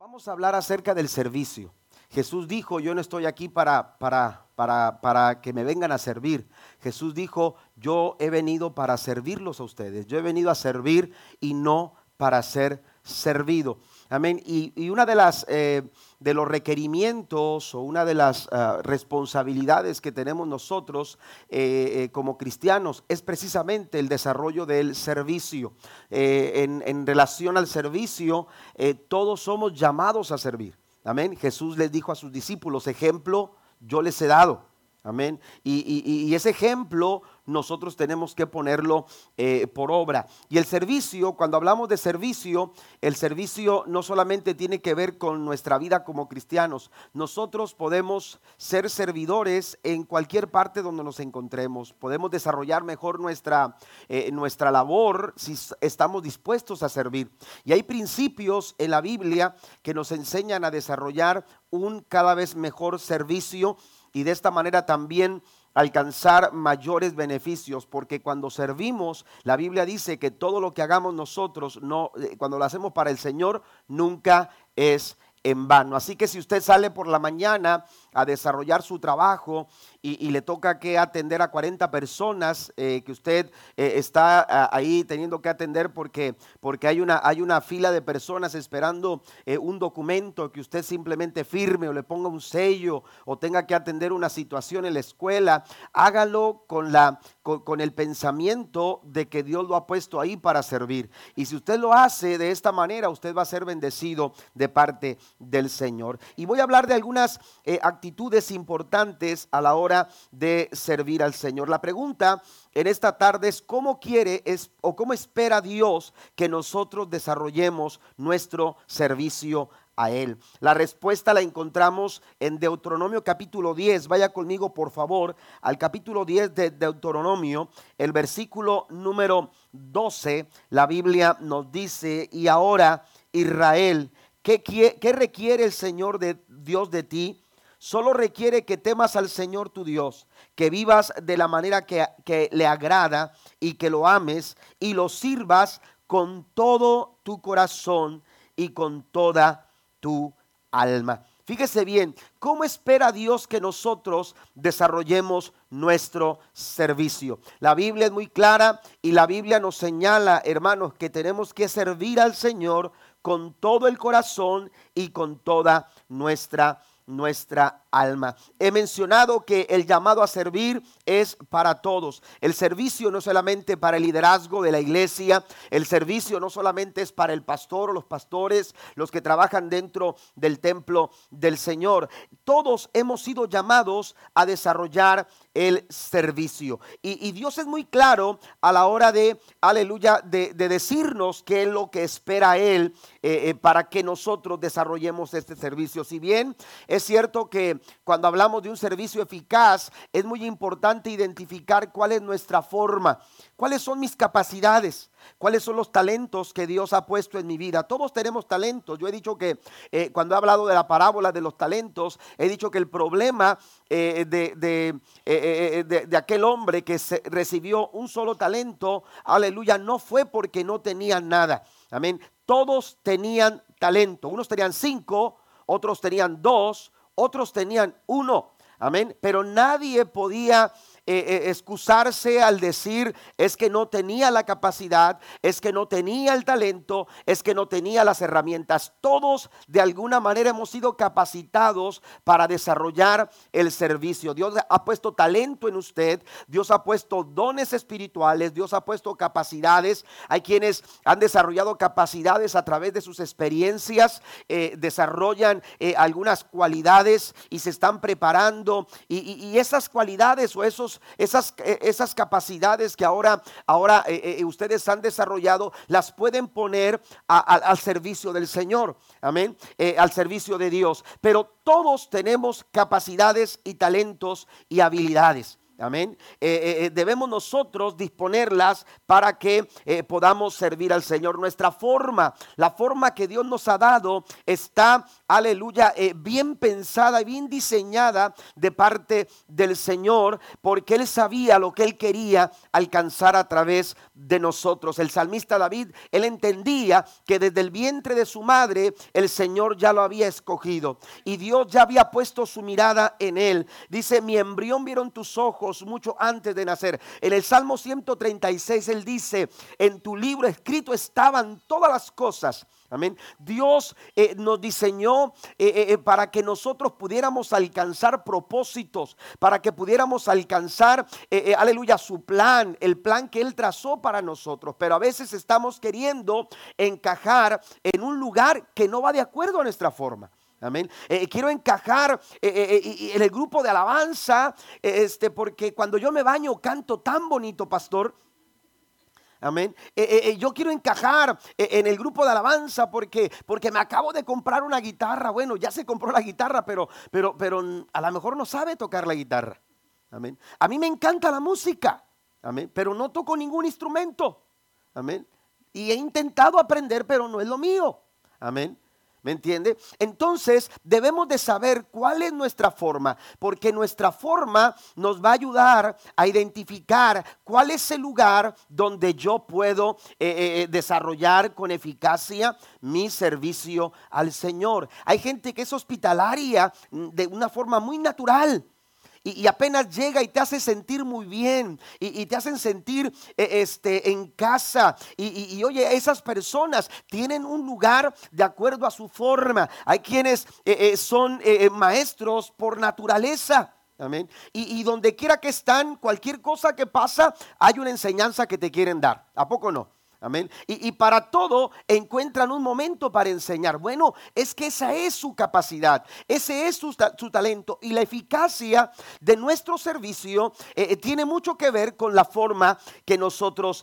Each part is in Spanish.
Vamos a hablar acerca del servicio. Jesús dijo, yo no estoy aquí para que me vengan a servir. Jesús dijo, yo he venido para servirlos a ustedes. Yo he venido a servir y no para ser servido. Amén. Y una de los requerimientos o una de las responsabilidades que tenemos nosotros como cristianos es precisamente el desarrollo del servicio. En relación al servicio, todos somos llamados a servir. Amén. Jesús les dijo a sus discípulos, ejemplo yo les he dado. Amén. Y ese ejemplo nosotros tenemos que ponerlo por obra. Y el servicio, cuando hablamos de servicio, el servicio no solamente tiene que ver con nuestra vida como cristianos. Nosotros podemos ser servidores en cualquier parte donde nos encontremos. Podemos desarrollar mejor nuestra labor si estamos dispuestos a servir. Y hay principios en la Biblia que nos enseñan a desarrollar un cada vez mejor servicio y de esta manera también alcanzar mayores beneficios, porque cuando servimos, la Biblia dice que todo lo que hagamos nosotros, cuando lo hacemos para el Señor, nunca es en vano. Así que si usted sale por la mañana a desarrollar su trabajo y le toca que atender a 40 personas que usted está ahí teniendo que atender porque hay una fila de personas esperando un documento que usted simplemente firme o le ponga un sello o tenga que atender una situación en la escuela, hágalo con el pensamiento de que Dios lo ha puesto ahí para servir. Y si usted lo hace de esta manera, usted va a ser bendecido de parte del Señor. Y voy a hablar de algunas actitudes importantes a la hora de servir al Señor. La pregunta en esta tarde es cómo cómo espera Dios que nosotros desarrollemos nuestro servicio a Él. La respuesta la encontramos en Deuteronomio capítulo 10. Vaya conmigo por favor al capítulo 10 de Deuteronomio, el versículo número 12. La Biblia nos dice, y ahora Israel, ¿qué requiere el Señor Dios de ti? Solo requiere que temas al Señor tu Dios, que vivas de la manera que le agrada y que lo ames y lo sirvas con todo tu corazón y con toda tu alma. Fíjese bien, ¿cómo espera Dios que nosotros desarrollemos nuestro servicio? La Biblia es muy clara y la Biblia nos señala, hermanos, que tenemos que servir al Señor con todo el corazón y con toda nuestra alma. He mencionado que el llamado a servir es para todos. El servicio no es solamente para el liderazgo de la iglesia, el servicio no solamente es para el pastor o los pastores, los que trabajan dentro del templo del Señor. Todos hemos sido llamados a desarrollar el servicio. Y Dios es muy claro a la hora de, aleluya, de decirnos qué es lo que espera Él para que nosotros desarrollemos este servicio. Si bien es cierto que cuando hablamos de un servicio eficaz, es muy importante identificar cuál es nuestra forma, cuáles son mis capacidades, cuáles son los talentos que Dios ha puesto en mi vida. Todos tenemos talentos. Yo he dicho que cuando he hablado de la parábola de los talentos, he dicho que el problema de aquel hombre que recibió un solo talento, aleluya, no fue porque no tenía nada. Amén. Todos tenían talento. Unos tenían 5, otros tenían 2, otros tenían 1. Amén. Pero nadie podía excusarse al decir es que no tenía la capacidad, es que no tenía el talento, es que no tenía las herramientas. Todos de alguna manera hemos sido capacitados para desarrollar el servicio. Dios ha puesto talento en usted, Dios ha puesto dones espirituales, Dios ha puesto capacidades. Hay quienes han desarrollado capacidades a través de sus experiencias, desarrollan algunas cualidades y se están preparando y esas cualidades o esas capacidades que ahora ustedes han desarrollado, las pueden poner al servicio del Señor, amén, al servicio de Dios. Pero todos tenemos capacidades y talentos y habilidades. Amén. Debemos nosotros disponerlas para que podamos servir al Señor. Nuestra forma, la forma que Dios nos ha dado está, aleluya, bien pensada y bien diseñada de parte del Señor, porque Él sabía lo que Él quería alcanzar a través de nosotros. El salmista David, él entendía que desde el vientre de su madre el Señor ya lo había escogido y Dios ya había puesto su mirada en él. Dice: mi embrión vieron tus ojos mucho antes de nacer. En el Salmo 136 él dice: en tu libro escrito estaban todas las cosas. Amén. Dios nos diseñó para que nosotros pudiéramos alcanzar propósitos, para que pudiéramos alcanzar, aleluya, su plan, el plan que Él trazó para nosotros. Pero a veces estamos queriendo encajar en un lugar que no va de acuerdo a nuestra forma. Amén. Quiero encajar en el grupo de alabanza, porque cuando yo me baño canto tan bonito, pastor. Amén. Yo quiero encajar en el grupo de alabanza porque me acabo de comprar una guitarra. Bueno, ya se compró la guitarra, pero a lo mejor no sabe tocar la guitarra. Amén. A mí me encanta la música. Amén. Pero no toco ningún instrumento. Amén. Y he intentado aprender, pero no es lo mío. Amén. ¿Me entiende? Entonces debemos de saber cuál es nuestra forma, porque nuestra forma nos va a ayudar a identificar cuál es el lugar donde yo puedo desarrollar con eficacia mi servicio al Señor. Hay gente que es hospitalaria de una forma muy natural. Y apenas llega y te hace sentir muy bien y te hacen sentir en casa. Y oye, esas personas tienen un lugar de acuerdo a su forma. Hay quienes son maestros por naturaleza. Amén. Y donde quiera que están, cualquier cosa que pasa, hay una enseñanza que te quieren dar. ¿A poco no? Amén. Y para todo encuentran un momento para enseñar. Bueno, es que esa es su capacidad, ese es su talento. Y la eficacia de nuestro servicio tiene mucho que ver con la forma que nosotros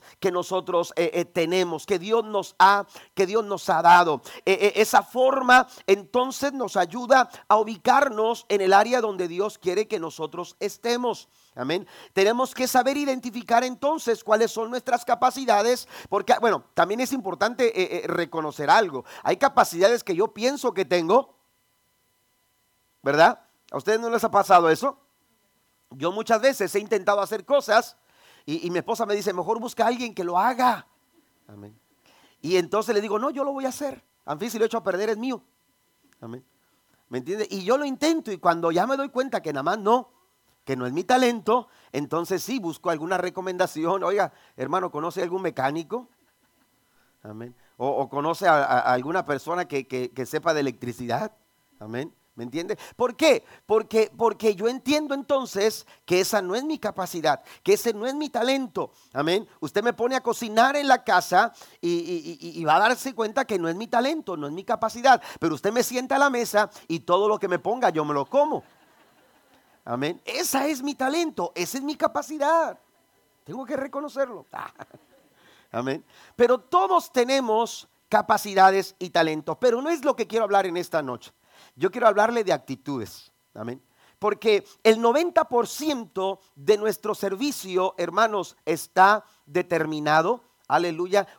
tenemos, que Dios nos ha dado. Esa forma entonces nos ayuda a ubicarnos en el área donde Dios quiere que nosotros estemos. Amén. Tenemos que saber identificar entonces cuáles son nuestras capacidades, porque, bueno, también es importante reconocer algo. Hay capacidades que yo pienso que tengo, ¿verdad? ¿A ustedes no les ha pasado eso? Yo muchas veces he intentado hacer cosas y mi esposa me dice: mejor busca a alguien que lo haga. Amén. Y entonces le digo: no, yo lo voy a hacer. En fin, si lo he hecho a perder es mío. Amén. ¿Me entiende? Y yo lo intento y cuando ya me doy cuenta que nada más que no es mi talento, entonces sí busco alguna recomendación. Oiga, hermano, ¿conoce algún mecánico? Amén. O conoce a alguna persona que sepa de electricidad. Amén. ¿Me entiende? ¿Por qué? Porque yo entiendo entonces que esa no es mi capacidad, que ese no es mi talento. Amén. Usted me pone a cocinar en la casa y va a darse cuenta que no es mi talento, no es mi capacidad. Pero usted me sienta a la mesa y todo lo que me ponga yo me lo como. Amén. Esa es mi talento, esa es mi capacidad. Tengo que reconocerlo. Amén. Pero todos tenemos capacidades y talentos, pero no es lo que quiero hablar en esta noche. Yo quiero hablarle de actitudes. Amén. Porque el 90% de nuestro servicio, hermanos, está determinado, aleluya,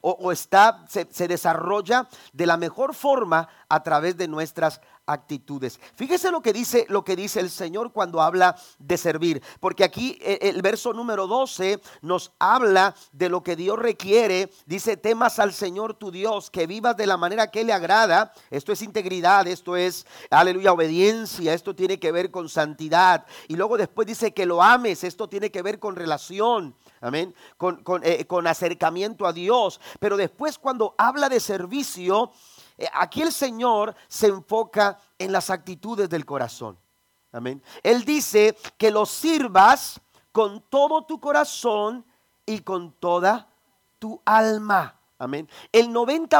se desarrolla de la mejor forma a través de nuestras actitudes. Fíjese lo que dice el Señor cuando habla de servir, porque aquí el verso número 12 nos habla de lo que Dios requiere. Dice: temas al Señor tu Dios, que vivas de la manera que le agrada. Esto es integridad, esto es, aleluya, obediencia, esto tiene que ver con santidad. Y luego después dice que lo ames, esto tiene que ver con relación. Amén, con acercamiento a Dios. Pero después, cuando habla de servicio, aquí el Señor se enfoca en las actitudes del corazón. Amén. Él dice que lo sirvas con todo tu corazón y con toda tu alma. Amén. El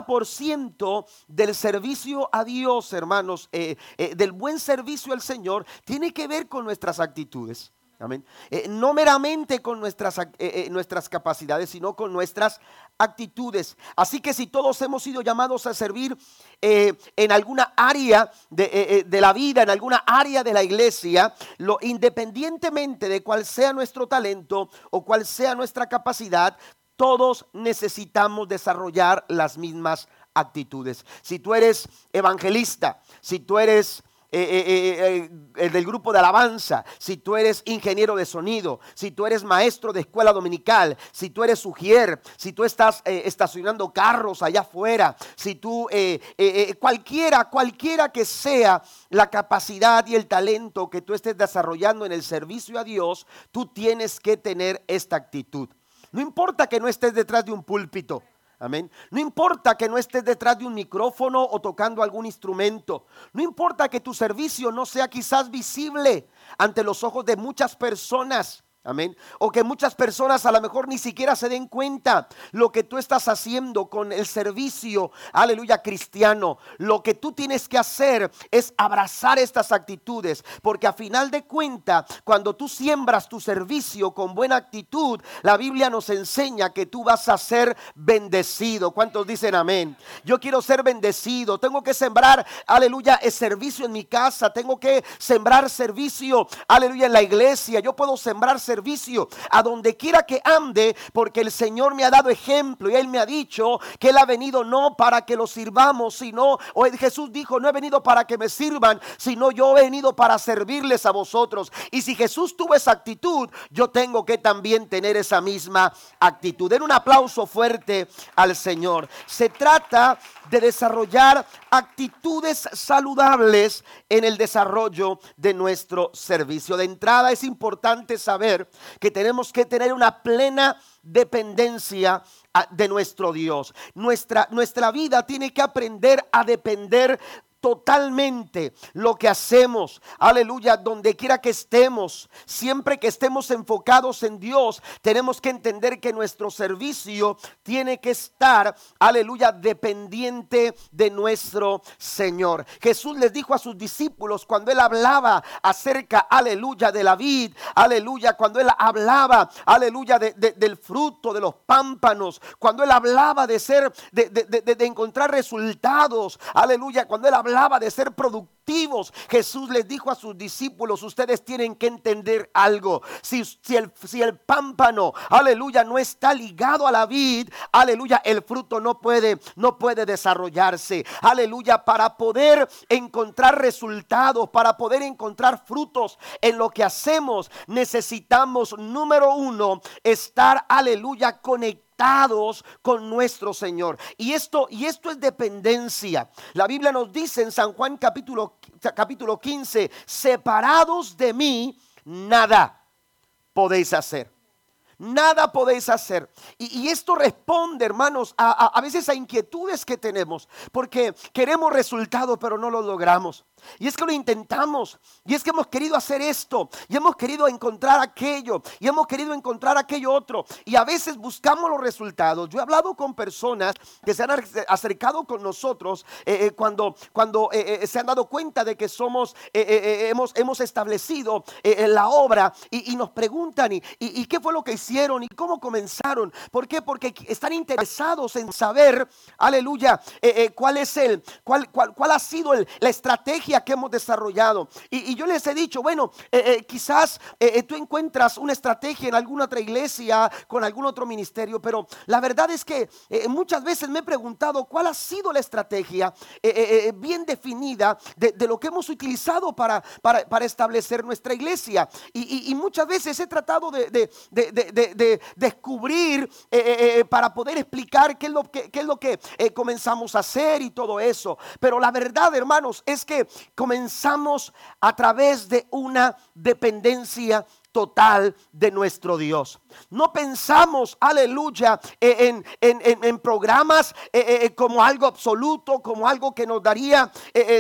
90% del servicio a Dios, hermanos, del buen servicio al Señor, tiene que ver con nuestras actitudes. Amén. No meramente con nuestras capacidades, sino con nuestras actitudes. Así que si todos hemos sido llamados a servir en alguna área de la vida, en alguna área de la iglesia, independientemente de cuál sea nuestro talento o cuál sea nuestra capacidad, todos necesitamos desarrollar las mismas actitudes. Si tú eres evangelista, si tú eres del grupo de alabanza, si tú eres ingeniero de sonido, si tú eres maestro de escuela dominical, si tú eres ujier, si tú estás estacionando carros allá afuera, si tú cualquiera que sea la capacidad y el talento que tú estés desarrollando en el servicio a Dios, tú tienes que tener esta actitud. No importa que no estés detrás de un púlpito. Amén. No importa que no estés detrás de un micrófono o tocando algún instrumento. No importa que tu servicio no sea quizás visible ante los ojos de muchas personas. Amén. O que muchas personas a lo mejor ni siquiera se den cuenta lo que tú estás haciendo con el servicio, aleluya, cristiano. Lo que tú tienes que hacer es abrazar estas actitudes, porque a final de cuentas, cuando tú siembras tu servicio con buena actitud, la Biblia nos enseña que tú vas a ser bendecido. ¿Cuántos dicen amén? Yo quiero ser bendecido. Tengo que sembrar, aleluya, el servicio en mi casa. Tengo que sembrar servicio, aleluya, en la iglesia. Yo puedo sembrar servicio a donde quiera que ande, porque el Señor me ha dado ejemplo y Él me ha dicho que Él ha venido no para que lo sirvamos, sino, o Jesús dijo, no he venido para que me sirvan, sino yo he venido para servirles a vosotros. Y si Jesús tuvo esa actitud, yo tengo que también tener esa misma actitud. Den un aplauso fuerte al Señor. Se trata de desarrollar actitudes saludables en el desarrollo de nuestro servicio. De entrada es importante saber que tenemos que tener una plena dependencia de nuestro Dios. Nuestra vida tiene que aprender a depender totalmente lo que hacemos, aleluya, donde quiera que estemos, siempre que estemos enfocados en Dios, tenemos que entender que nuestro servicio tiene que estar, aleluya, dependiente de nuestro Señor. Jesús les dijo a sus discípulos cuando Él hablaba acerca, aleluya, de la vid, aleluya, cuando Él hablaba, aleluya, del fruto, de los pámpanos, cuando Él hablaba de ser, de encontrar resultados, aleluya, cuando Él hablaba de ser productivos, Jesús les dijo a sus discípulos, ustedes tienen que entender algo. Si el pámpano, aleluya, no está ligado a la vid, aleluya, el fruto no puede desarrollarse. Aleluya, para poder encontrar resultados, para poder encontrar frutos en lo que hacemos, necesitamos, número uno, estar, aleluya, conectados con nuestro Señor. Y esto es dependencia. La Biblia nos dice en San Juan capítulo 15, separados de mí, nada podéis hacer. Nada podéis hacer. Y esto responde, hermanos, a veces a inquietudes que tenemos, porque queremos resultados pero no los logramos. Y es que lo intentamos, y es que hemos querido hacer esto, y hemos querido encontrar aquello, y hemos querido encontrar aquello otro, y a veces buscamos los resultados. Yo he hablado con personas que se han acercado con nosotros cuando se han dado cuenta de que hemos establecido la obra, y nos preguntan, ¿y qué fue lo que hicieron? ¿Y cómo comenzaron? ¿Por qué? Porque están interesados en saber, aleluya, cuál ha sido la estrategia que hemos desarrollado. Y yo les he dicho, bueno, quizás tú encuentras una estrategia en alguna otra iglesia, con algún otro ministerio, pero la verdad es que muchas veces me he preguntado cuál ha sido la estrategia bien definida de lo que hemos utilizado para establecer nuestra iglesia. Y muchas veces he tratado de descubrir para poder explicar qué es lo que comenzamos a hacer y todo eso. Pero la verdad, hermanos, es que comenzamos a través de una dependencia total de nuestro Dios. No pensamos, aleluya, en programas como algo absoluto, como algo que nos daría,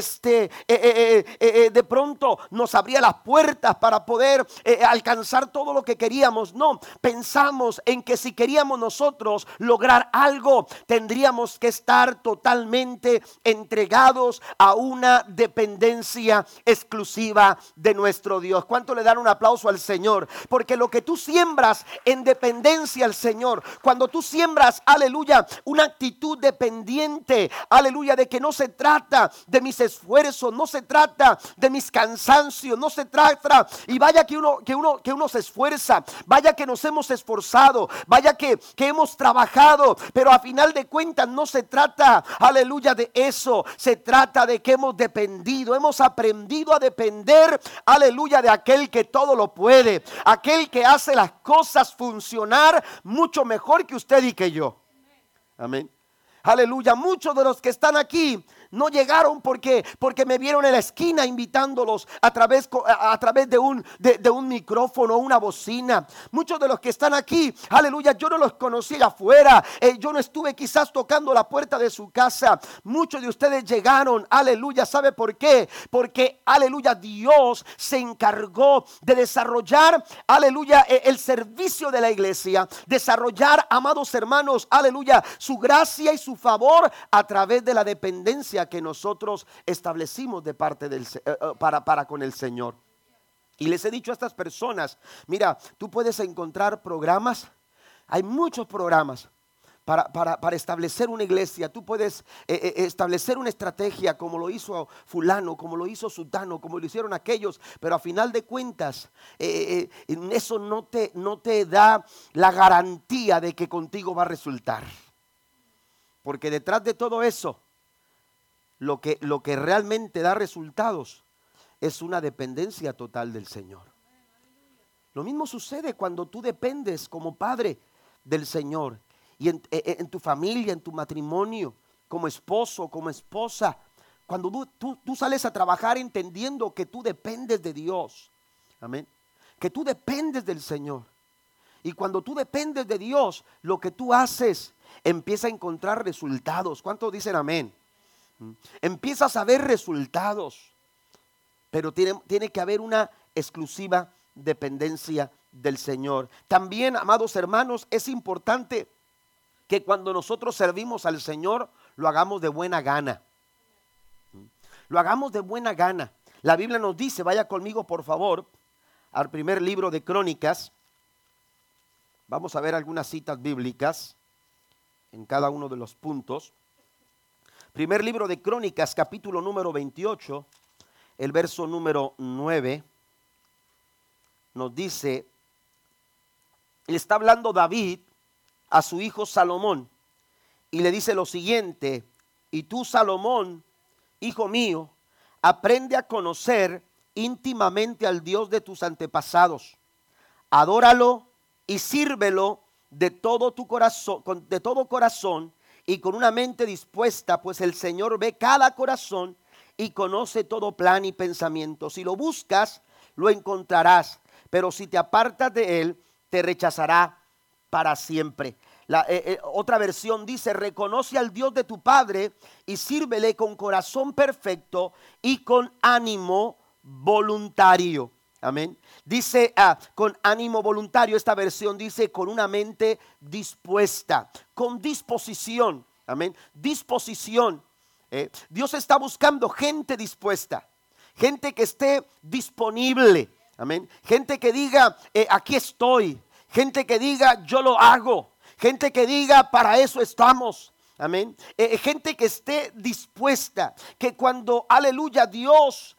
de pronto nos abría las puertas para poder alcanzar todo lo que queríamos. No, pensamos en que si queríamos nosotros lograr algo, tendríamos que estar totalmente entregados a una dependencia exclusiva de nuestro Dios. ¿Cuánto le dan un aplauso al Señor? Señor. Porque lo que tú siembras en dependencia al Señor, cuando tú siembras, aleluya, una actitud dependiente, aleluya, de que no se trata de mis esfuerzos, no se trata de mis cansancios, no se trata, y vaya que uno se esfuerza, vaya que nos hemos esforzado, vaya que hemos trabajado, pero a final de cuentas no se trata, aleluya, de eso. Se trata de que hemos dependido, hemos aprendido a depender, aleluya, de aquel que todo lo puede, aquel que hace las cosas funcionar mucho mejor que usted y que yo. Amén. Aleluya, muchos de los que están aquí no llegaron porque me vieron en la esquina invitándolos a través de un micrófono, una bocina. Muchos de los que están aquí, aleluya, yo no los conocí allá afuera. Yo no estuve quizás tocando la puerta de su casa. Muchos de ustedes llegaron, aleluya, ¿sabe por qué? Porque, aleluya, Dios se encargó de desarrollar, aleluya, el servicio de la iglesia. Desarrollar, amados hermanos, aleluya, su gracia y su favor a través de la dependencia que nosotros establecimos de parte para con el Señor. Y les he dicho a estas personas, mira, tú puedes encontrar programas, hay muchos programas para establecer una iglesia. Tú puedes establecer una estrategia como lo hizo fulano, como lo hizo sutano, como lo hicieron aquellos, pero a final de cuentas eso no te da la garantía de que contigo va a resultar. Porque detrás de todo eso, lo que realmente da resultados es una dependencia total del Señor. Lo mismo sucede cuando tú dependes como padre del Señor y en tu familia, en tu matrimonio, como esposo, como esposa. Cuando tú sales a trabajar entendiendo que tú dependes de Dios, amén, que tú dependes del Señor. Y cuando tú dependes de Dios, lo que tú haces empieza a encontrar resultados. ¿Cuántos dicen amén? Empiezas a ver resultados, pero tiene que haber una exclusiva dependencia del Señor. También, amados hermanos, es importante que cuando nosotros servimos al Señor, lo hagamos de buena gana. Lo hagamos de buena gana. La Biblia nos dice, vaya conmigo por favor, al primer libro de Crónicas. Vamos a ver algunas citas bíblicas en cada uno de los puntos. Primer libro de Crónicas, capítulo número 28, el verso número 9, nos dice, le está hablando David a su hijo Salomón, y le dice lo siguiente: y tú, Salomón, hijo mío, aprende a conocer íntimamente al Dios de tus antepasados, adóralo y sírvelo de todo tu corazón, de todo corazón y con una mente dispuesta, pues el Señor ve cada corazón y conoce todo plan y pensamiento. Si lo buscas, lo encontrarás, pero si te apartas de él, te rechazará para siempre. Otra versión dice: reconoce al Dios de tu padre y sírvele con corazón perfecto y con ánimo voluntario. Amén. Dice con ánimo voluntario. Esta versión dice con una mente dispuesta, con disposición. Amén. Disposición. Dios está buscando gente dispuesta, gente que esté disponible. Amén. Gente que diga aquí estoy. Gente que diga yo lo hago. Gente que diga para eso estamos. Amén. Gente que esté dispuesta, que cuando, aleluya, Dios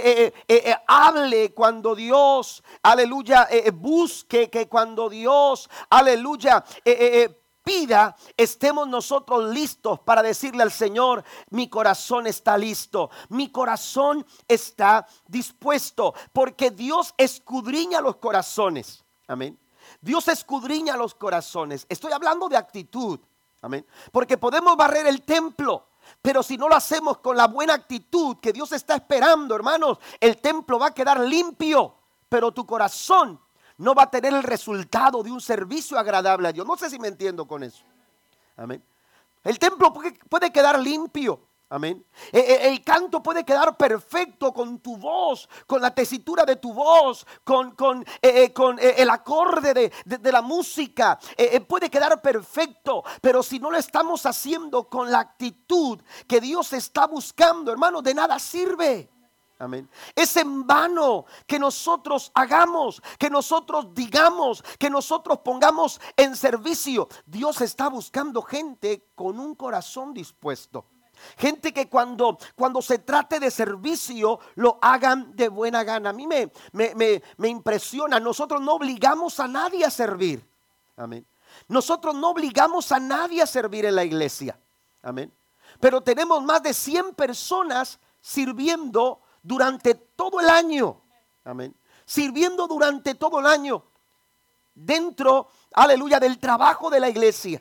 hable, cuando Dios, aleluya, busque, que cuando Dios, aleluya, pida, estemos nosotros listos para decirle al Señor: mi corazón está listo, mi corazón está dispuesto, porque Dios escudriña los corazones. Amén. Dios escudriña los corazones. Estoy hablando de actitud. Amén. Porque podemos barrer el templo, pero si no lo hacemos con la buena actitud que Dios está esperando, hermanos, el templo va a quedar limpio, pero tu corazón no va a tener el resultado de un servicio agradable a Dios. No sé si me entiendo con eso. Amén. El templo puede quedar limpio. Amén. El canto puede quedar perfecto con tu voz, con la tesitura de tu voz, con el acorde de la música. Puede quedar perfecto, pero si no lo estamos haciendo con la actitud que Dios está buscando, hermano, de nada sirve. Amén. Es en vano que nosotros hagamos, que nosotros digamos, que nosotros pongamos en servicio. Dios está buscando gente con un corazón dispuesto. Gente que cuando se trate de servicio lo hagan de buena gana. A mí me impresiona. Nosotros no obligamos a nadie a servir. Amén. Nosotros no obligamos a nadie a servir en la iglesia. Amén. Pero tenemos más de 100 personas sirviendo durante todo el año. Amén. Sirviendo durante todo el año dentro, aleluya, del trabajo de la iglesia.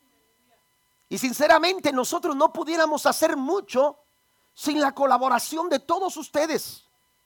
Y sinceramente nosotros no pudiéramos hacer mucho sin la colaboración de todos ustedes.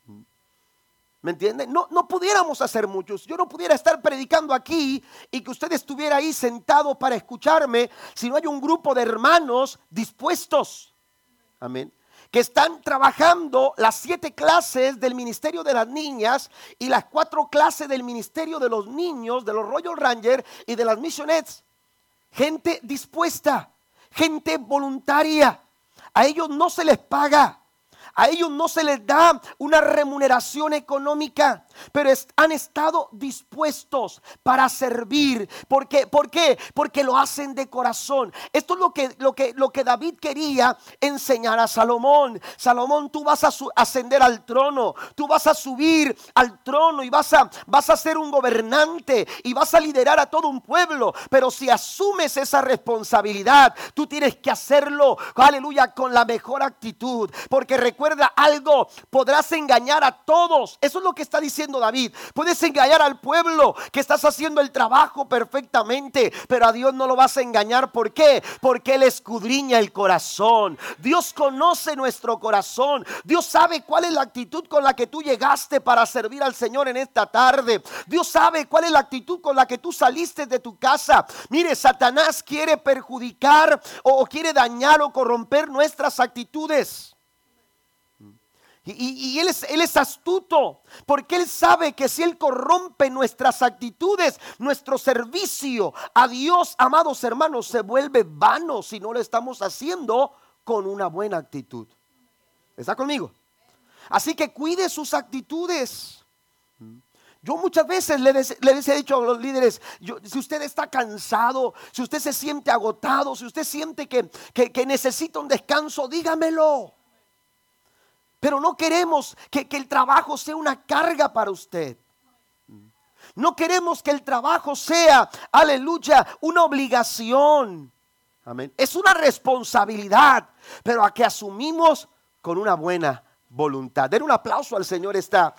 ¿Me entienden? No pudiéramos hacer muchos. Yo no pudiera estar predicando aquí y que usted estuviera ahí sentado para escucharme si no hay un grupo de hermanos dispuestos. Amén. Que están trabajando las 7 clases del ministerio de las niñas y las 4 clases del ministerio de los niños, de los Royal Rangers y de las Missionettes. Gente dispuesta, gente voluntaria. A ellos no se les paga. A ellos no se les da una remuneración económica, pero han estado dispuestos para servir. ¿Por qué? Porque lo hacen de corazón. Esto es lo que David quería enseñar a Salomón. Salomón, tú vas a ascender al trono, tú vas a subir al trono y vas a ser un gobernante y vas a liderar a todo un pueblo. Pero si asumes esa responsabilidad, tú tienes que hacerlo, aleluya, con la mejor actitud. Porque recuerda algo, podrás engañar a todos. Eso es lo que está diciendo David. Puedes engañar al pueblo que estás haciendo el trabajo perfectamente, pero a Dios no lo vas a engañar. ¿Por qué? Porque Él escudriña el corazón. Dios conoce nuestro corazón. Dios sabe cuál es la actitud con la que tú llegaste para servir al Señor en esta tarde. Dios sabe cuál es la actitud con la que tú saliste de tu casa. Mire, Satanás quiere perjudicar o quiere dañar o corromper nuestras actitudes. Y él es astuto, porque Él sabe que si Él corrompe nuestras actitudes, nuestro servicio a Dios, amados hermanos, se vuelve vano si no lo estamos haciendo con una buena actitud. ¿Está conmigo? Así que cuide sus actitudes. Yo muchas veces les he dicho a los líderes, si usted está cansado, si usted se siente agotado, si usted siente que necesita un descanso, dígamelo. Pero no queremos que el trabajo sea una carga para usted. No queremos que el trabajo sea, aleluya, una obligación. Amén. Es una responsabilidad, pero a que asumimos con una buena voluntad. Den un aplauso al Señor esta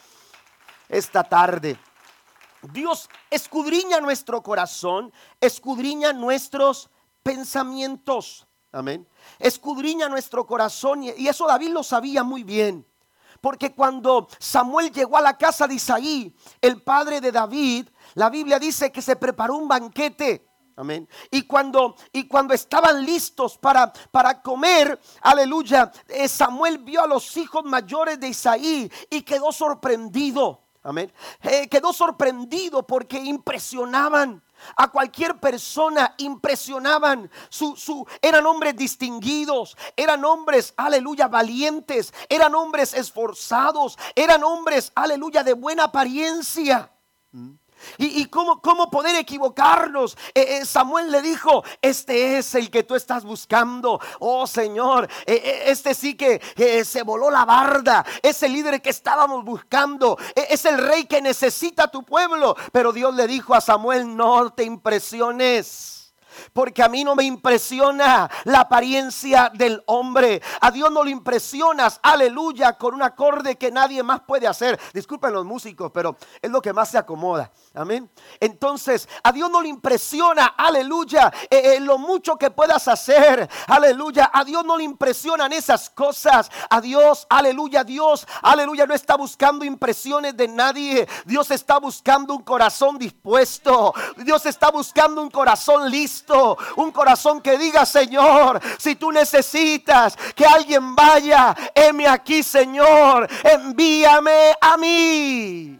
tarde. Dios escudriña nuestro corazón, escudriña nuestros pensamientos. Amén. Escudriña nuestro corazón y eso David lo sabía muy bien. Porque cuando Samuel llegó a la casa de Isaí, el padre de David, la Biblia dice que se preparó un banquete. Amén. Y cuando estaban listos para comer, aleluya, Samuel vio a los hijos mayores de Isaí y quedó sorprendido. Amén. Quedó sorprendido porque impresionaban. A cualquier persona impresionaban. Eran hombres distinguidos, eran hombres, aleluya, valientes, eran hombres esforzados, eran hombres, aleluya, de buena apariencia. ¿Y cómo poder equivocarnos? Samuel le dijo, este es el que tú estás buscando. Oh Señor, este sí que se voló la barda. Es el líder que estábamos buscando. Es el rey que necesita tu pueblo. Pero Dios le dijo a Samuel, no te impresiones. Porque a mí no me impresiona la apariencia del hombre. A Dios no le impresionas, aleluya, con un acorde que nadie más puede hacer. Disculpen los músicos, pero es lo que más se acomoda. Amén. Entonces, a Dios no le impresiona, aleluya, lo mucho que puedas hacer. Aleluya, a Dios no le impresionan esas cosas. A Dios, aleluya, no está buscando impresiones de nadie. Dios está buscando un corazón dispuesto. Dios está buscando un corazón listo. Un corazón que diga, Señor, si tú necesitas que alguien vaya, heme aquí, Señor, envíame a mí.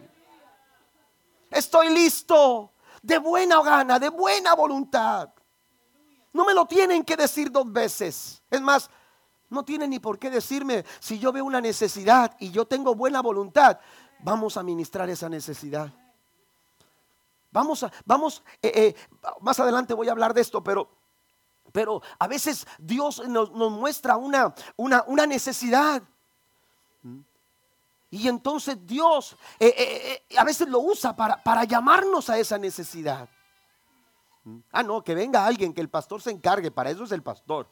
Estoy listo, de buena gana, de buena voluntad. No me lo tienen que decir 2 veces. Es más, No tiene ni por qué decirme. Si yo veo una necesidad y yo tengo buena voluntad, vamos a ministrar esa necesidad. Más adelante voy a hablar de esto, pero a veces Dios nos muestra una necesidad. Y entonces Dios a veces lo usa para llamarnos a esa necesidad. No, que venga alguien, que el pastor se encargue, para eso es el pastor.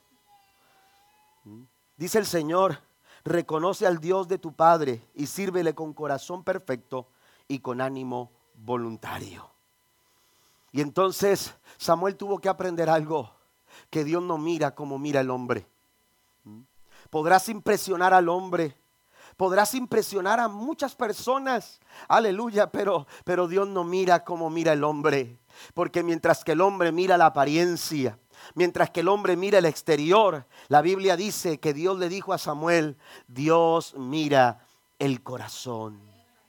Dice el Señor, reconoce al Dios de tu Padre y sírvele con corazón perfecto y con ánimo voluntario. Y entonces Samuel tuvo que aprender algo, que Dios no mira como mira el hombre. Podrás impresionar al hombre, podrás impresionar a muchas personas, aleluya, pero Dios no mira como mira el hombre. Porque mientras que el hombre mira la apariencia, mientras que el hombre mira el exterior, la Biblia dice que Dios le dijo a Samuel, Dios mira el corazón.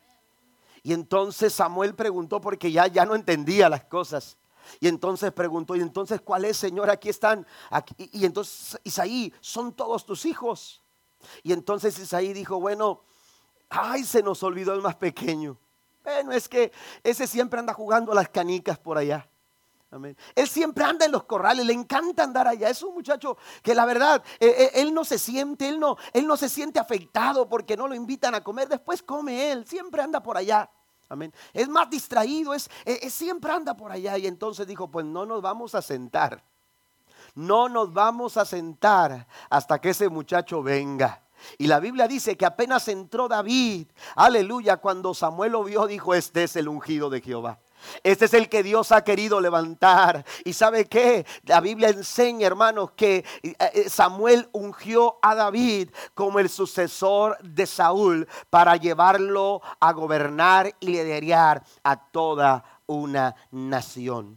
Y entonces Samuel preguntó, porque ya no entendía las cosas. Y entonces preguntó, ¿y entonces cuál es, Señor? Aquí están. Y entonces Isaí, son todos tus hijos. Y entonces Isaí dijo, bueno, se nos olvidó el más pequeño. Bueno, es que ese siempre anda jugando a las canicas por allá. Amén. Él siempre anda en los corrales, le encanta andar allá. Es un muchacho que la verdad, él no se siente afectado porque no lo invitan a comer. Después come él, siempre anda por allá. Amén. Es más distraído, siempre anda por allá. Y entonces dijo, pues no nos vamos a sentar. No nos vamos a sentar hasta que ese muchacho venga. Y la Biblia dice que apenas entró David, aleluya, cuando Samuel lo vio, dijo, este es el ungido de Jehová. Este es el que Dios ha querido levantar. ¿Y sabe qué? La Biblia enseña, hermanos, que Samuel ungió a David como el sucesor de Saúl para llevarlo a gobernar y liderar a toda una nación.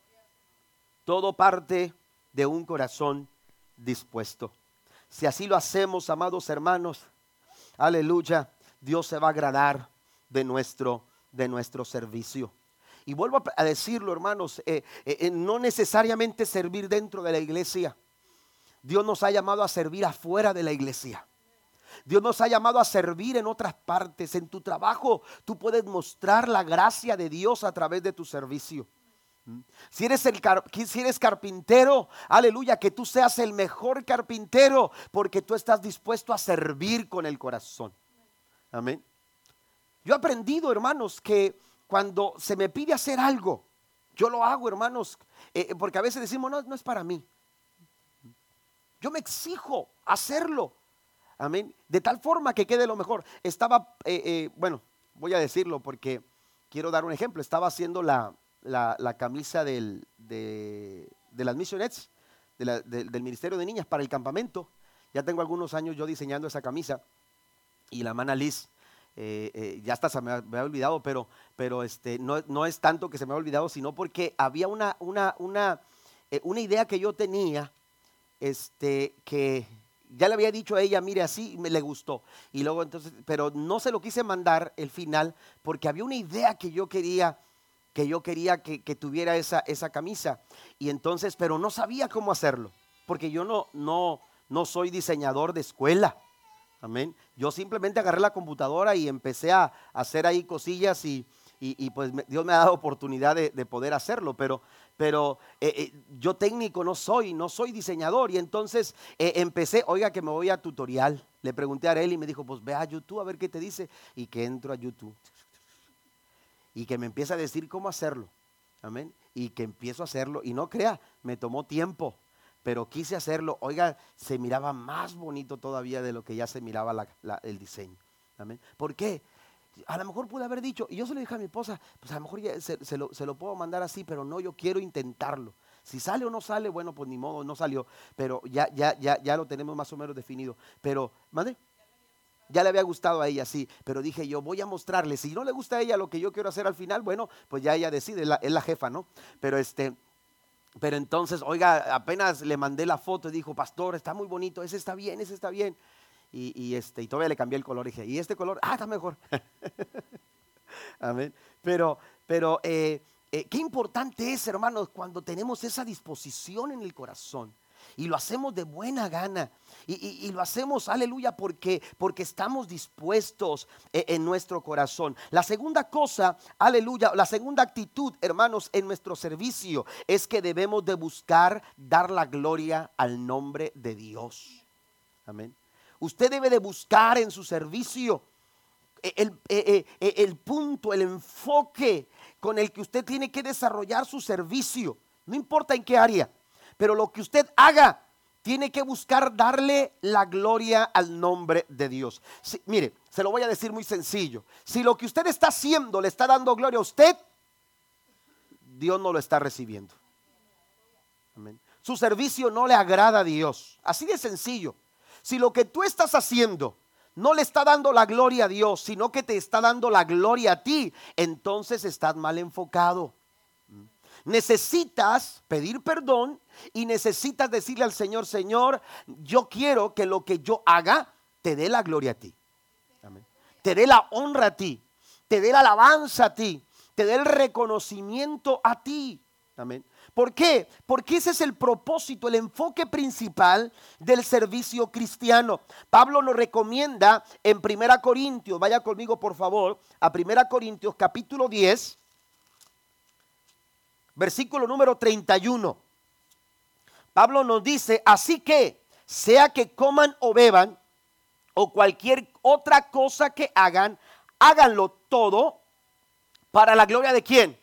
Todo parte de un corazón dispuesto. Si así lo hacemos, amados hermanos, aleluya, Dios se va a agradar de nuestro servicio. Y vuelvo a decirlo, hermanos, no necesariamente servir dentro de la iglesia. Dios nos ha llamado a servir afuera de la iglesia. Dios nos ha llamado a servir en otras partes. En tu trabajo tú puedes mostrar la gracia de Dios a través de tu servicio. Si eres carpintero, aleluya, que tú seas el mejor carpintero porque tú estás dispuesto a servir con el corazón. Amén. Yo he aprendido, hermanos, que cuando se me pide hacer algo, yo lo hago, hermanos, porque a veces decimos, no es para mí. Yo me exijo hacerlo. Amén. De tal forma que quede lo mejor. Bueno, voy a decirlo porque quiero dar un ejemplo. Estaba haciendo la camisa de las missionettes, del Ministerio de Niñas para el campamento. Ya tengo algunos años yo diseñando esa camisa. Y la hermana Liz, ya hasta se me había olvidado, pero no es tanto que se me había olvidado, sino porque había una idea que yo tenía, que ya le había dicho a ella, mire, así me le gustó. Y luego entonces, pero no se lo quise mandar el final, porque había una idea que yo quería que tuviera esa camisa. Y entonces, pero no sabía cómo hacerlo, porque yo no soy diseñador de escuela. Amén. Yo simplemente agarré la computadora y empecé a hacer ahí cosillas y pues Dios me ha dado oportunidad de poder hacerlo, pero yo técnico no soy diseñador. Y entonces empecé, oiga, que me voy a tutorial. Le pregunté a Arely y me dijo, pues ve a YouTube a ver qué te dice. Y que entro a YouTube y que me empieza a decir cómo hacerlo. Amén. Y que empiezo a hacerlo y no crea, me tomó tiempo. Pero quise hacerlo, oiga, se miraba más bonito todavía de lo que ya se miraba el diseño. Amén. ¿Por qué? A lo mejor pude haber dicho, y yo se lo dije a mi esposa, pues a lo mejor ya se lo puedo mandar así, pero no, yo quiero intentarlo. Si sale o no sale, bueno, pues ni modo, no salió, pero ya lo tenemos más o menos definido. Pero, ¿mande? Ya le había gustado a ella, sí, pero dije yo, voy a mostrarle, si no le gusta a ella lo que yo quiero hacer al final, bueno, pues ya ella decide, es la jefa, ¿no? Pero entonces, oiga, apenas le mandé la foto y dijo, pastor, está muy bonito, ese está bien. Y todavía le cambié el color y dije, ¿y este color? Está mejor. Amén. Pero qué importante es, hermanos, cuando tenemos esa disposición en el corazón. Y lo hacemos de buena gana. Y lo hacemos, aleluya, porque estamos dispuestos en nuestro corazón. La segunda cosa, aleluya, la segunda actitud, hermanos, en nuestro servicio es que debemos de buscar dar la gloria al nombre de Dios. Amén. Usted debe de buscar en su servicio el punto, el enfoque con el que usted tiene que desarrollar su servicio. No importa en qué área, pero lo que usted haga tiene que buscar darle la gloria al nombre de Dios. Mire, se lo voy a decir muy sencillo. Si lo que usted está haciendo le está dando gloria a usted, Dios no lo está recibiendo. Amén. Su servicio no le agrada a Dios. Así de sencillo. Si lo que tú estás haciendo no le está dando la gloria a Dios, sino que te está dando la gloria a ti, entonces estás mal enfocado. Necesitas pedir perdón y necesitas decirle al Señor: Señor, yo quiero que lo que yo haga te dé la gloria a ti. Amén. Te dé la honra a ti, te dé la alabanza a ti, te dé el reconocimiento a ti. Amén. ¿Por qué? Porque ese es el propósito, el enfoque principal del servicio cristiano. Pablo nos recomienda en 1 Corintios, vaya conmigo por favor, a 1 Corintios capítulo 10, versículo número 31. Pablo nos dice: así que, sea que coman o beban, o cualquier otra cosa que hagan, háganlo todo para la gloria de ¿quién?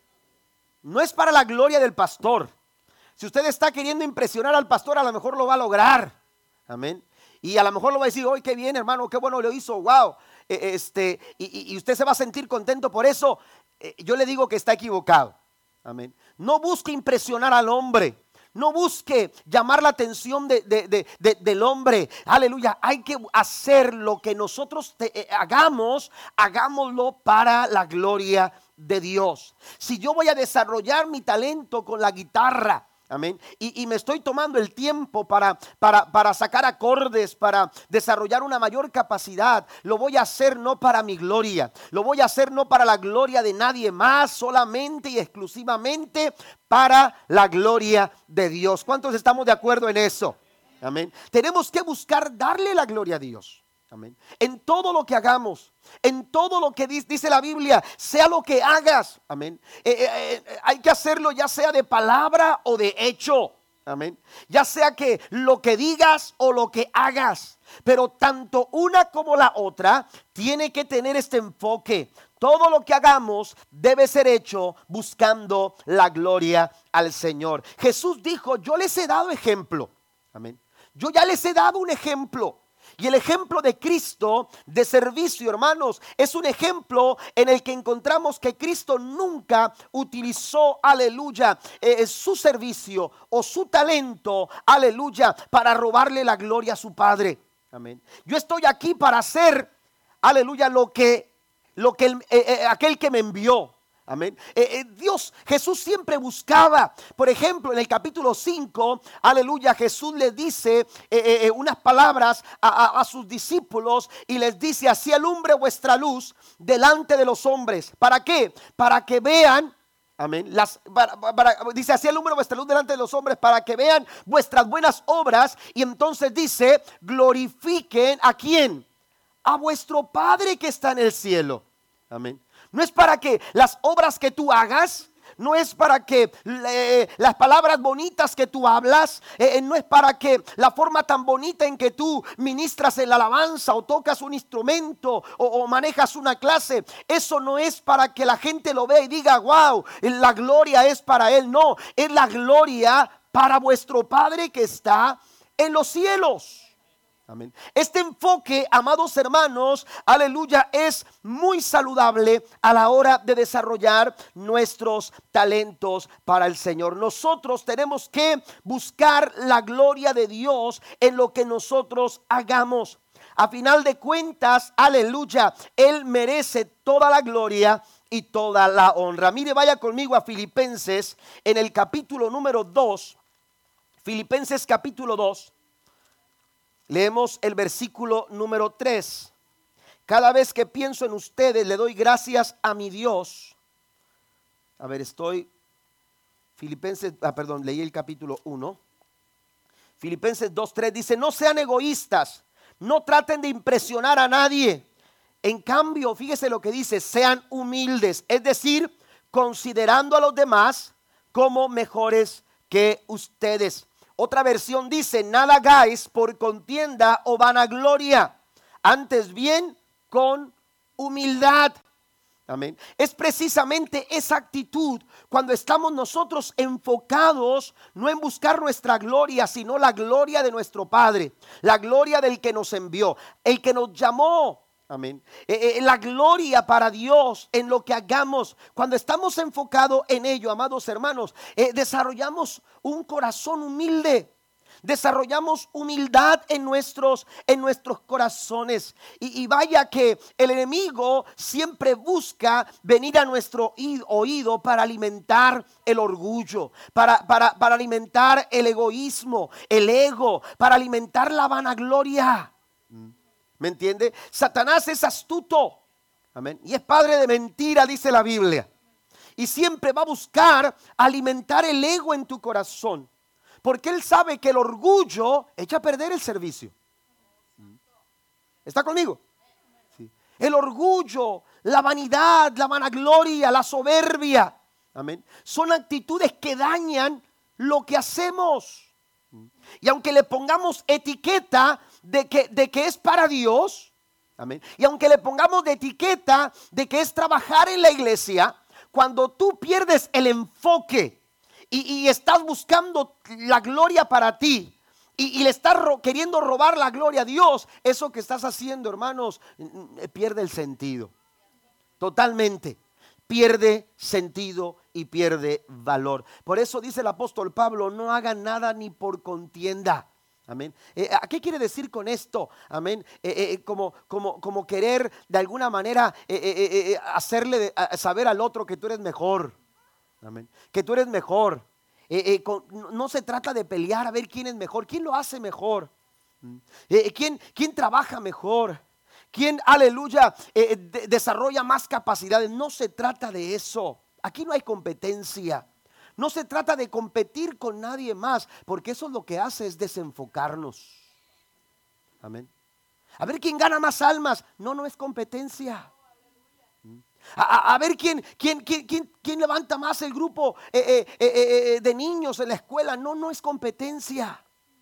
No es para la gloria del pastor. Si usted está queriendo impresionar al pastor, a lo mejor lo va a lograr. Amén. Y a lo mejor lo va a decir: hoy qué bien, hermano, qué bueno lo hizo, wow. Y usted se va a sentir contento por eso. Yo le digo que está equivocado. Amén. No busque impresionar al hombre. No busque llamar la atención del hombre. Aleluya. Hay que hacer lo que nosotros hagamos, hagámoslo para la gloria de Dios. Si yo voy a desarrollar mi talento con la guitarra, amén, y me estoy tomando el tiempo para sacar acordes, para desarrollar una mayor capacidad, lo voy a hacer no para mi gloria, lo voy a hacer no para la gloria de nadie más, solamente y exclusivamente para la gloria de Dios. ¿Cuántos estamos de acuerdo en eso? Amén. Tenemos que buscar darle la gloria a Dios. Amén. En todo lo que hagamos, en todo lo que dice la Biblia, sea lo que hagas, amén. Hay que hacerlo ya sea de palabra o de hecho, amén. Ya sea que lo que digas o lo que hagas, pero tanto una como la otra tiene que tener este enfoque. Todo lo que hagamos debe ser hecho buscando la gloria al Señor. Jesús dijo: yo les he dado ejemplo, amén. Yo ya les he dado un ejemplo. Y el ejemplo de Cristo de servicio, hermanos, es un ejemplo en el que encontramos que Cristo nunca utilizó, aleluya, su servicio o su talento, aleluya, para robarle la gloria a su Padre. Amén. Yo estoy aquí para hacer, aleluya, lo que aquel que me envió. Amén. Jesús siempre buscaba, por ejemplo, en el capítulo 5, aleluya, Jesús le dice unas palabras a sus discípulos y les dice: así alumbre vuestra luz delante de los hombres. ¿Para qué? Para que vean, amén, dice: así alumbre vuestra luz delante de los hombres para que vean vuestras buenas obras, y entonces dice: glorifiquen ¿a quién? A vuestro Padre que está en el cielo. Amén. No es para que las obras que tú hagas, no es para que las palabras bonitas que tú hablas, no es para que la forma tan bonita en que tú ministras en la alabanza o tocas un instrumento o manejas una clase. Eso no es para que la gente lo vea y diga: wow, la gloria es para él. No, es la gloria para vuestro Padre que está en los cielos. Amén. Este enfoque, amados hermanos, aleluya, es muy saludable a la hora de desarrollar nuestros talentos para el Señor. Nosotros tenemos que buscar la gloria de Dios en lo que nosotros hagamos. A final de cuentas, aleluya, Él merece toda la gloria y toda la honra. Mire, vaya conmigo a Filipenses en el capítulo número 2. Filipenses capítulo 2. Leemos el versículo número 3. Cada vez que pienso en ustedes, le doy gracias a mi Dios. A ver, leí el capítulo 1. Filipenses 2:3 dice, no sean egoístas, no traten de impresionar a nadie. En cambio, fíjese lo que dice, sean humildes, es decir, considerando a los demás como mejores que ustedes. Otra versión dice, nada hagáis por contienda o vanagloria, antes bien con humildad. Amén. Es precisamente esa actitud cuando estamos nosotros enfocados no en buscar nuestra gloria, sino la gloria de nuestro Padre, la gloria del que nos envió, el que nos llamó. Amén. La gloria para Dios en lo que hagamos, cuando estamos enfocados en ello, amados hermanos, desarrollamos un corazón humilde. Desarrollamos humildad en nuestros corazones. Y vaya que el enemigo siempre busca venir a nuestro oído para alimentar el orgullo, para alimentar el egoísmo, el ego, para alimentar la vanagloria. ¿Me entiende? Satanás es astuto. Amén. Y es padre de mentira, dice la Biblia. Y siempre va a buscar alimentar el ego en tu corazón. Porque él sabe que el orgullo echa a perder el servicio. ¿Está conmigo? Sí. El orgullo, la vanidad, la vanagloria, la soberbia. Amén. Son actitudes que dañan lo que hacemos. Y aunque le pongamos etiqueta de que es para Dios, amén, y aunque le pongamos de etiqueta de que es trabajar en la iglesia, cuando tú pierdes el enfoque y estás buscando la gloria para ti y le estás queriendo robar la gloria a Dios, eso que estás haciendo, hermanos, pierde el sentido. Totalmente. Pierde sentido y pierde valor. Por eso dice el apóstol Pablo, no hagan nada ni por contienda. Amén. ¿A qué quiere decir con esto? Amén. Como querer de alguna manera hacerle saber al otro que tú eres mejor. Amén. Que tú eres mejor. No se trata de pelear a ver quién es mejor, quién lo hace mejor, quién trabaja mejor, quién, aleluya, desarrolla más capacidades. No se trata de eso. Aquí no hay competencia. No se trata de competir con nadie más, porque eso lo que hace es desenfocarnos. Amén. A ver quién gana más almas. No es competencia. A ver quién levanta más el grupo de niños en la escuela. No es competencia.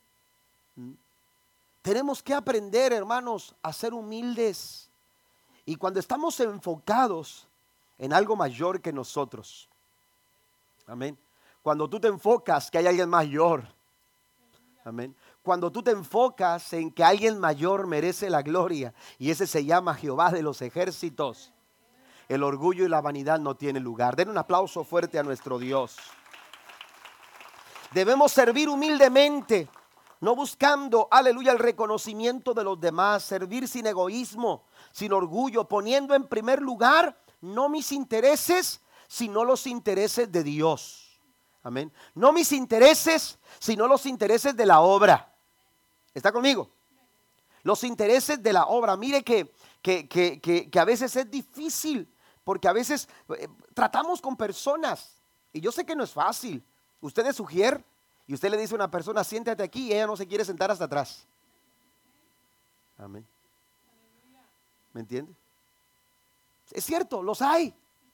Tenemos que aprender, hermanos, a ser humildes. Y cuando estamos enfocados en algo mayor que nosotros, amén. Cuando tú te enfocas que hay alguien mayor, amén. Cuando tú te enfocas en que alguien mayor merece la gloria, y ese se llama Jehová de los ejércitos, el orgullo y la vanidad no tienen lugar. Den un aplauso fuerte a nuestro Dios. Debemos servir humildemente, no buscando, aleluya, el reconocimiento de los demás. Servir sin egoísmo, sin orgullo, poniendo en primer lugar no mis intereses, sino los intereses de Dios. Amén. No mis intereses, sino los intereses de la obra. ¿Está conmigo? Los intereses de la obra. Mire que a veces es difícil, porque a veces tratamos con personas, y yo sé que no es fácil. Usted es ujier y usted le dice a una persona, siéntate aquí, y ella no se quiere sentar hasta atrás. Amén. ¿Me entiende? Es cierto, los hay.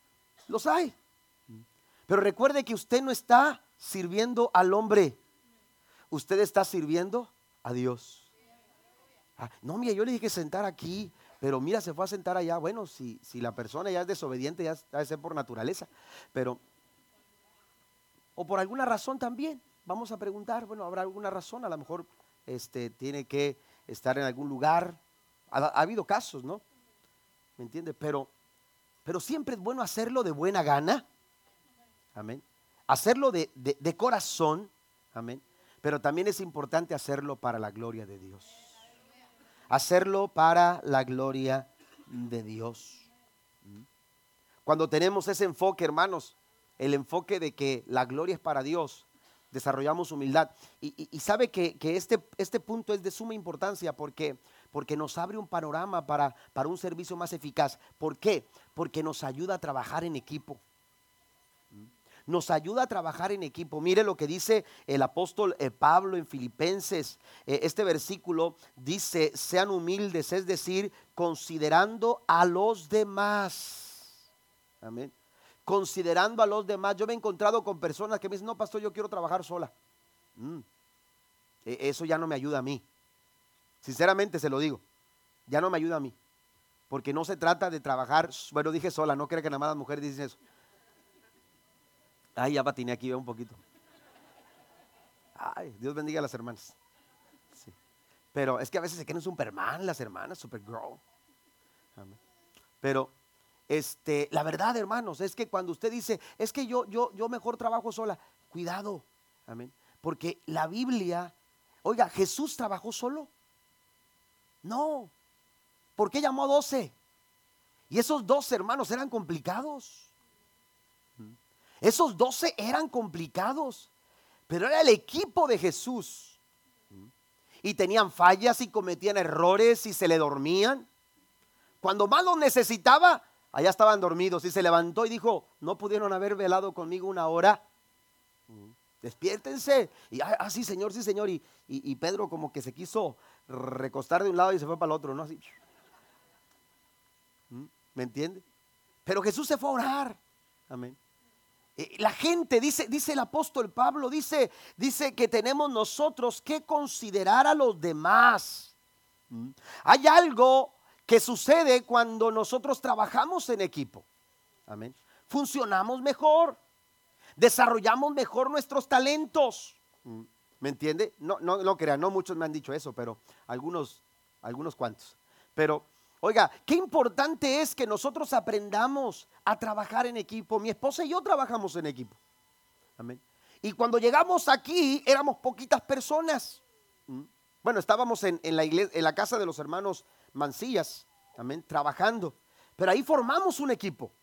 Pero recuerde que usted no está sirviendo al hombre, usted está sirviendo a Dios. No, mira, yo le dije que sentar aquí, pero mira, se fue a sentar allá. Bueno, si la persona ya es desobediente, ya debe ser por naturaleza, pero o por alguna razón también. Vamos a preguntar, bueno, habrá alguna razón, a lo mejor tiene que estar en algún lugar. Ha habido casos, ¿no? ¿Me entiende? Pero siempre es bueno hacerlo de buena gana. Amén. Hacerlo de corazón. Amén. Pero también es importante hacerlo para la gloria de Dios. Hacerlo para la gloria de Dios. Cuando tenemos ese enfoque, hermanos, el enfoque de que la gloria es para Dios, desarrollamos humildad. Y sabe que este punto es de suma importancia porque nos abre un panorama para un servicio más eficaz. ¿Por qué? Porque nos ayuda a trabajar en equipo. nos ayuda a trabajar en equipo. Mire lo que dice el apóstol Pablo en Filipenses. Este versículo dice: sean humildes, es decir, considerando a los demás. Amén. Considerando a los demás. Yo me he encontrado con personas que me dicen: no, pastor, yo quiero trabajar sola. Eso ya no me ayuda a mí. Sinceramente se lo digo, ya no me ayuda a mí. Porque no se trata de trabajar, bueno, dije sola, no creo que nada más las mujeres dicen eso. Ay, ya patiné aquí, veo un poquito. Ay, Dios bendiga a las hermanas. Sí. Pero es que a veces se creen Superman las hermanas, Supergirl. Amén. Pero la verdad, hermanos, es que cuando usted dice: es que yo mejor trabajo sola, cuidado. Amén. Porque la Biblia, oiga, ¿Jesús trabajó solo? No. ¿Por qué llamó a 12? Y esos 12 hermanos eran complicados. Esos 12 eran complicados, pero era el equipo de Jesús. Y tenían fallas y cometían errores y se le dormían. Cuando más los necesitaba, allá estaban dormidos. Y se levantó y dijo: no pudieron haber velado conmigo una hora. Despiértense. Y sí señor, sí señor. Y Pedro como que se quiso recostar de un lado y se fue para el otro, ¿no? Así. ¿Me entiende? Pero Jesús se fue a orar. Amén. La gente, dice el apóstol Pablo, dice que tenemos nosotros que considerar a los demás. Hay algo que sucede cuando nosotros trabajamos en equipo. Amén. Funcionamos mejor, desarrollamos mejor nuestros talentos. ¿Me entiende? No crean, no muchos me han dicho eso, pero algunos cuantos. Pero oiga, qué importante es que nosotros aprendamos a trabajar en equipo. Mi esposa y yo trabajamos en equipo. Amén. Y cuando llegamos aquí éramos poquitas personas. Bueno, estábamos en la iglesia, en la casa de los hermanos Mancillas, amén, trabajando. Pero ahí formamos un equipo.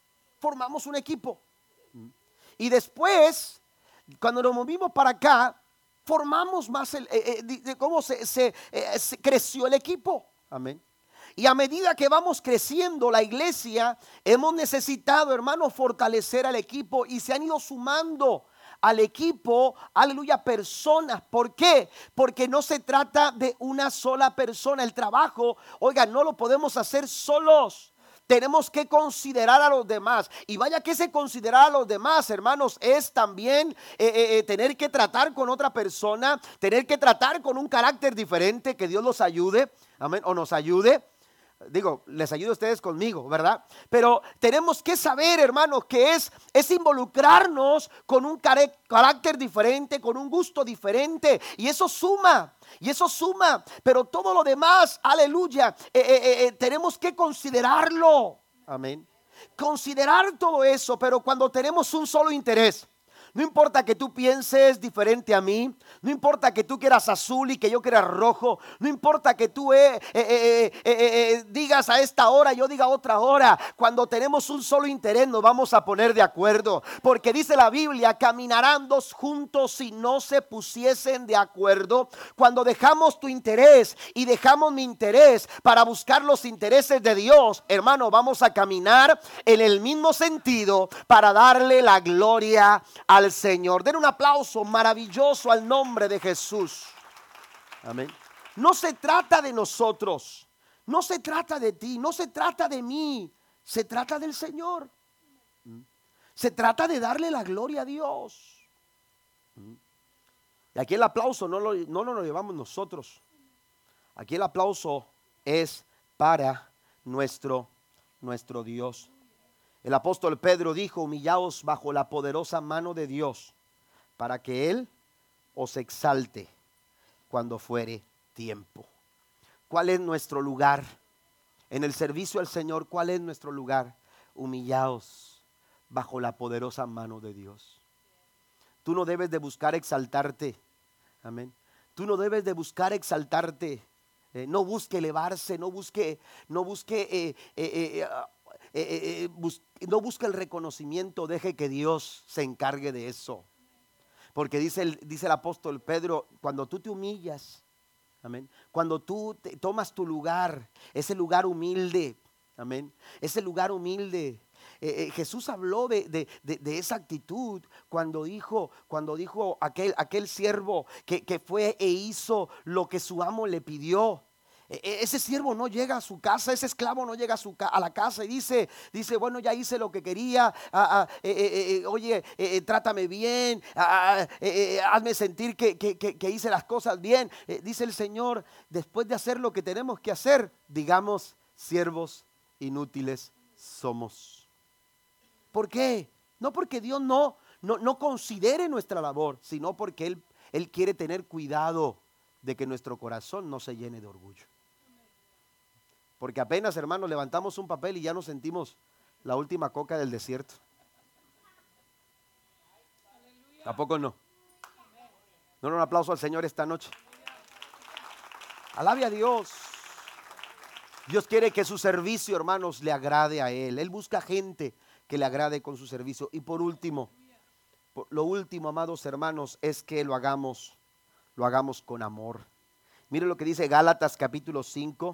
Y después, cuando nos movimos para acá, formamos más cómo se creció el equipo. Amén. Y a medida que vamos creciendo la iglesia, hemos necesitado, hermanos, fortalecer al equipo y se han ido sumando al equipo, aleluya, personas. ¿Por qué? Porque no se trata de una sola persona. El trabajo, oiga, no lo podemos hacer solos. Tenemos que considerar a los demás. Y vaya que ese considerar a los demás, hermanos, es también tener que tratar con otra persona, tener que tratar con un carácter diferente. Que Dios los ayude, amén, o nos ayude. Digo, les ayudo a ustedes conmigo, ¿verdad? Pero tenemos que saber, hermanos, que es involucrarnos con un carácter diferente, con un gusto diferente. Y eso suma. Pero todo lo demás, aleluya, tenemos que considerarlo. Amén. Considerar todo eso, pero cuando tenemos un solo interés. No importa que tú pienses diferente a mí, no importa que tú quieras azul y que yo quiera rojo, no importa que tú digas a esta hora, yo diga otra hora. Cuando tenemos un solo interés nos vamos a poner de acuerdo, porque dice la Biblia: caminarán dos juntos si no se pusiesen de acuerdo. Cuando dejamos tu interés y dejamos mi interés para buscar los intereses de Dios, hermano, vamos a caminar en el mismo sentido para darle la gloria al Señor. Den un aplauso maravilloso al nombre de Jesús. Amén. No se trata de nosotros, no se trata de ti, no se trata de mí, se trata del Señor. Se trata de darle la gloria a Dios. Y aquí el aplauso no lo llevamos nosotros. Aquí el aplauso es para nuestro Dios. El apóstol Pedro dijo: humillaos bajo la poderosa mano de Dios, para que Él os exalte cuando fuere tiempo. ¿Cuál es nuestro lugar? En el servicio al Señor, ¿cuál es nuestro lugar? Humillaos bajo la poderosa mano de Dios. Tú no debes de buscar exaltarte. Amén. Tú no debes de buscar exaltarte. No busque elevarse, no busque el reconocimiento. Deje que Dios se encargue de eso. Porque dice el apóstol Pedro: cuando tú te humillas, amén, cuando tú tomas tu lugar, ese lugar humilde, amén, ese lugar humilde, Jesús habló de esa actitud cuando dijo aquel siervo que fue e hizo lo que su amo le pidió. Ese siervo no llega a su casa, ese esclavo no llega a la casa y dice, bueno, ya hice lo que quería, oye, trátame bien, hazme sentir que hice las cosas bien. Dice el Señor, después de hacer lo que tenemos que hacer, digamos, siervos inútiles somos. ¿Por qué? No porque Dios no considere nuestra labor, sino porque Él quiere tener cuidado de que nuestro corazón no se llene de orgullo. Porque apenas, hermanos, levantamos un papel y ya nos sentimos la última coca del desierto. ¿A poco no? No, un aplauso al Señor esta noche. Alabe a Dios. Dios quiere que su servicio, hermanos, le agrade a Él. Él busca gente que le agrade con su servicio. Y por último, lo último, amados hermanos, es que lo hagamos con amor. Mire lo que dice Gálatas capítulo 5.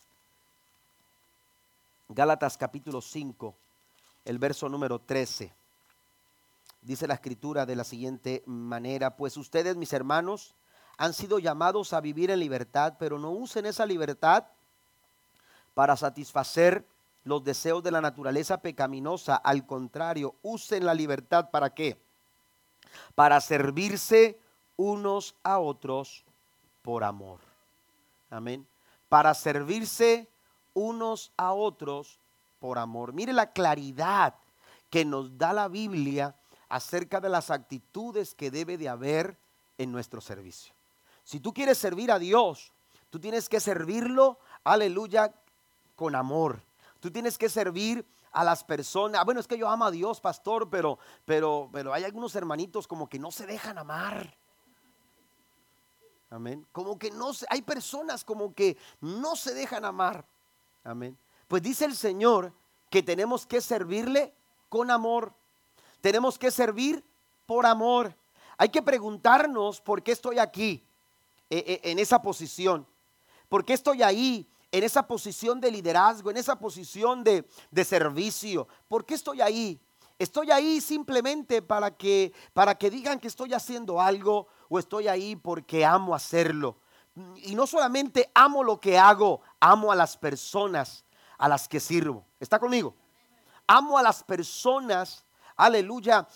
Gálatas capítulo 5, el verso número 13. Dice la escritura de la siguiente manera: pues ustedes, mis hermanos, han sido llamados a vivir en libertad, pero no usen esa libertad para satisfacer los deseos de la naturaleza pecaminosa. Al contrario, usen la libertad ¿para qué? Para servirse unos a otros por amor. Amén. Para servirse unos a otros por amor. Mire la claridad que nos da la Biblia acerca de las actitudes que debe de haber en nuestro servicio. Si tú quieres servir a Dios, tú tienes que servirlo, aleluya, con amor. Tú tienes que servir a las personas. Bueno, es que yo amo a Dios, pastor, pero hay algunos hermanitos como que no se dejan amar. Amén. Como que hay personas como que no se dejan amar. Amén. Pues dice el Señor que tenemos que servirle con amor. Tenemos que servir por amor. Hay que preguntarnos por qué estoy aquí, en esa posición. ¿Por qué estoy ahí, en esa posición de liderazgo, en esa posición de servicio? ¿Por qué estoy ahí? Estoy ahí simplemente para que digan que estoy haciendo algo, o estoy ahí porque amo hacerlo. Y no solamente amo lo que hago, amo a las personas a las que sirvo. ¿Está conmigo? Amo a las personas, aleluya,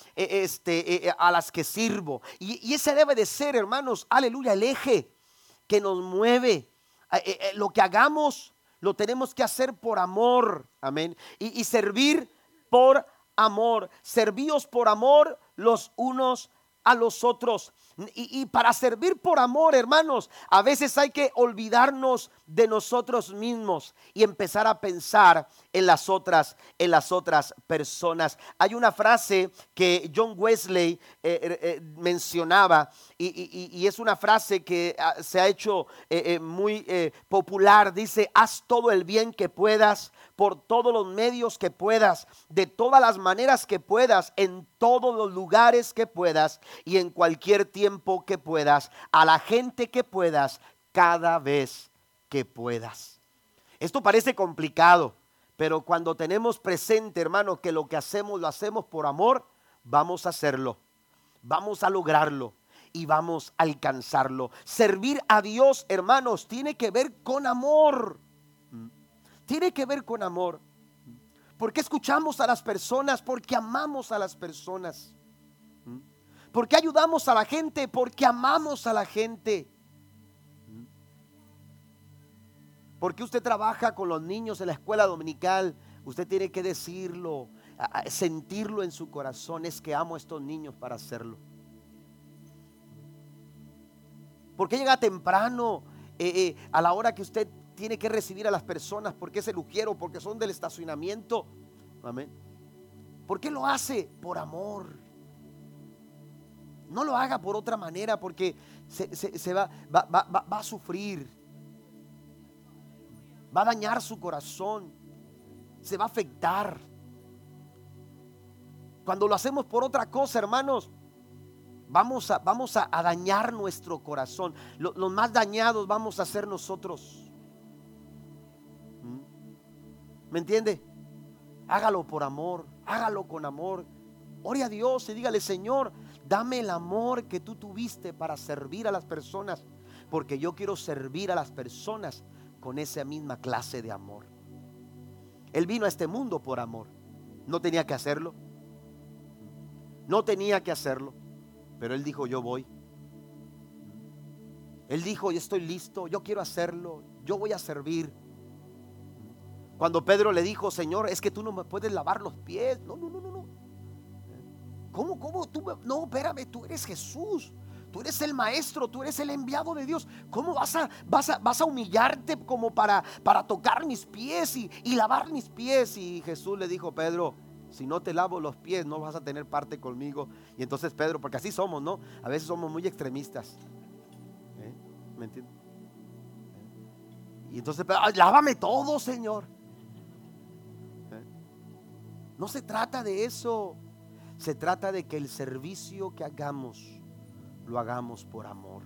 a las que sirvo. Y ese debe de ser, hermanos, aleluya, el eje que nos mueve. Lo que hagamos lo tenemos que hacer por amor. Amén. Y servir por amor. Servíos por amor los unos a los otros. Y para servir por amor, hermanos, a veces hay que olvidarnos de nosotros mismos y empezar a pensar en las otras personas. Hay una frase que John Wesley mencionaba, y es una frase que se ha hecho muy popular. Dice: haz todo el bien que puedas, por todos los medios que puedas, de todas las maneras que puedas, en todos los lugares que puedas y en cualquier tiempo que puedas, a la gente que puedas, cada vez que puedas. Esto parece complicado, pero cuando tenemos presente, hermano, que lo que hacemos lo hacemos por amor, vamos a hacerlo, vamos a lograrlo y vamos a alcanzarlo. Servir a Dios, hermanos, tiene que ver con amor. Tiene que ver con amor. ¿Por qué escuchamos a las personas? Porque amamos a las personas. ¿Por qué ayudamos a la gente? Porque amamos a la gente. ¿Por qué usted trabaja con los niños en la escuela dominical? Usted tiene que decirlo, sentirlo en su corazón: es que amo a estos niños para hacerlo. ¿Por qué llega temprano a la hora que usted tiene que recibir a las personas? Porque es el ujiero, porque son del estacionamiento. Amén. ¿Por qué lo hace? Por amor. No lo haga por otra manera, porque se va a sufrir. Va a dañar su corazón. Se va a afectar. Cuando lo hacemos por otra cosa, hermanos, vamos a dañar nuestro corazón. Los más dañados vamos a ser nosotros. ¿Me entiende? hágalo por amor, hágalo con amor. Ore a Dios y dígale: Señor, dame el amor que tú tuviste para servir a las personas, porque yo quiero servir a las personas con esa misma clase de amor. Él vino a este mundo por amor. No tenía que hacerlo. No tenía que hacerlo. Pero Él dijo: yo voy. Él dijo: yo estoy listo, yo quiero hacerlo, yo voy a servir. Cuando Pedro le dijo: Señor, es que tú no me puedes lavar los pies. No. ¿Cómo tú no, espérame, tú eres Jesús. Tú eres el maestro, tú eres el enviado de Dios. ¿Cómo vas a humillarte como para tocar mis pies y lavar mis pies? Y Jesús le dijo: Pedro, si no te lavo los pies, no vas a tener parte conmigo. Y entonces Pedro, porque así somos, ¿no? A veces somos muy extremistas. ¿Me entiendes? Y entonces, lávame todo, Señor. No se trata de eso. Se trata de que el servicio que hagamos lo hagamos por amor.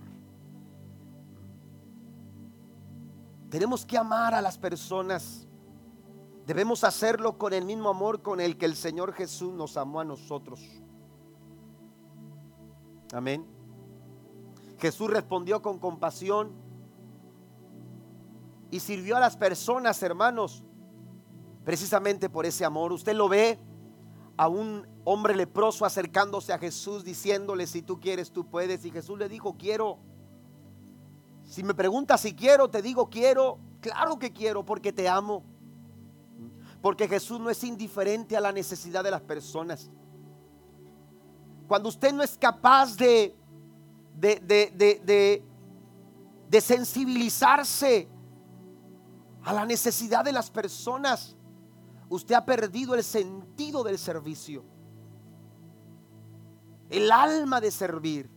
Tenemos que amar a las personas. Debemos hacerlo con el mismo amor con el que el Señor Jesús nos amó a nosotros. Amén. Jesús respondió con compasión y sirvió a las personas, hermanos, precisamente por ese amor. Usted lo ve a un hombre leproso acercándose a Jesús diciéndole: si tú quieres, tú puedes. Y Jesús le dijo: quiero. Si me preguntas si quiero, te digo quiero. Claro que quiero, porque te amo. Porque Jesús no es indiferente a la necesidad de las personas. Cuando usted no es capaz de sensibilizarse a la necesidad de las personas, usted ha perdido el sentido del servicio, el alma de servir.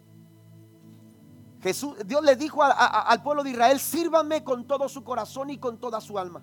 Dios le dijo al pueblo de Israel: sírvanme con todo su corazón y con toda su alma.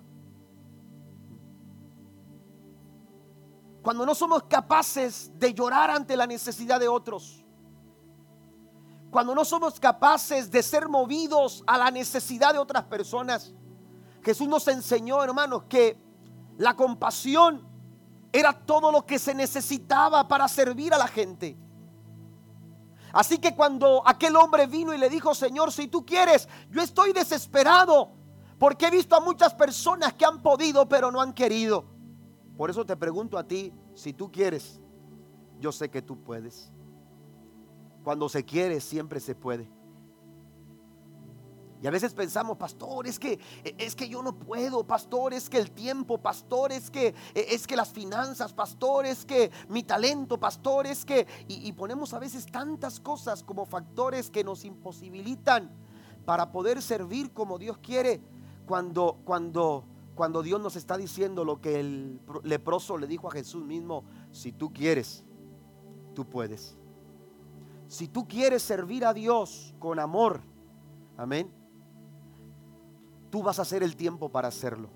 Cuando no somos capaces de llorar ante la necesidad de otros, cuando no somos capaces de ser movidos a la necesidad de otras personas, Jesús nos enseñó, hermanos, que la compasión era todo lo que se necesitaba para servir a la gente. Así que cuando aquel hombre vino y le dijo: Señor, si tú quieres, yo estoy desesperado, porque he visto a muchas personas que han podido pero no han querido. Por eso te pregunto a ti: si tú quieres, yo sé que tú puedes. Cuando se quiere, siempre se puede. Y a veces pensamos: pastor, es que yo no puedo, pastor, es que el tiempo, pastor, es que las finanzas, pastor, es que mi talento, pastor, es que... Y ponemos a veces tantas cosas como factores que nos imposibilitan para poder servir como Dios quiere, cuando Dios nos está diciendo lo que el leproso le dijo a Jesús mismo: si tú quieres, tú puedes. Si tú quieres servir a Dios con amor, amén, tú vas a hacer el tiempo para hacerlo.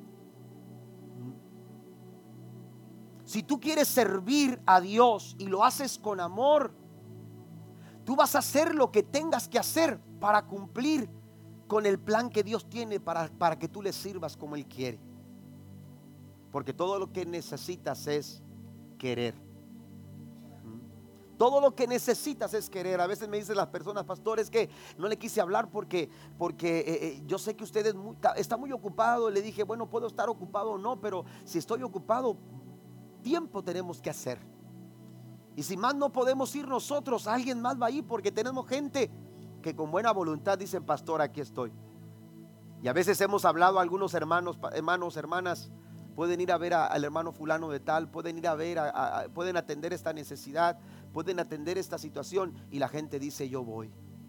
Si tú quieres servir a Dios y lo haces con amor, tú vas a hacer lo que tengas que hacer para cumplir con el plan que Dios tiene para que tú le sirvas como Él quiere. Porque todo lo que necesitas es querer. Todo lo que necesitas es querer. A veces me dicen las personas: pastor, es que no le quise hablar porque yo sé que usted está muy ocupado. Le dije: bueno, puedo estar ocupado o no, pero si estoy ocupado, tiempo tenemos que hacer. Y si más no podemos ir nosotros, alguien más va a ir, porque tenemos gente que con buena voluntad dicen: pastor, aquí estoy. Y a veces hemos hablado a algunos hermanos, hermanas, pueden ir a ver al hermano fulano de tal, pueden ir a ver, pueden atender esta necesidad, pueden atender esta situación, y la gente dice: yo voy.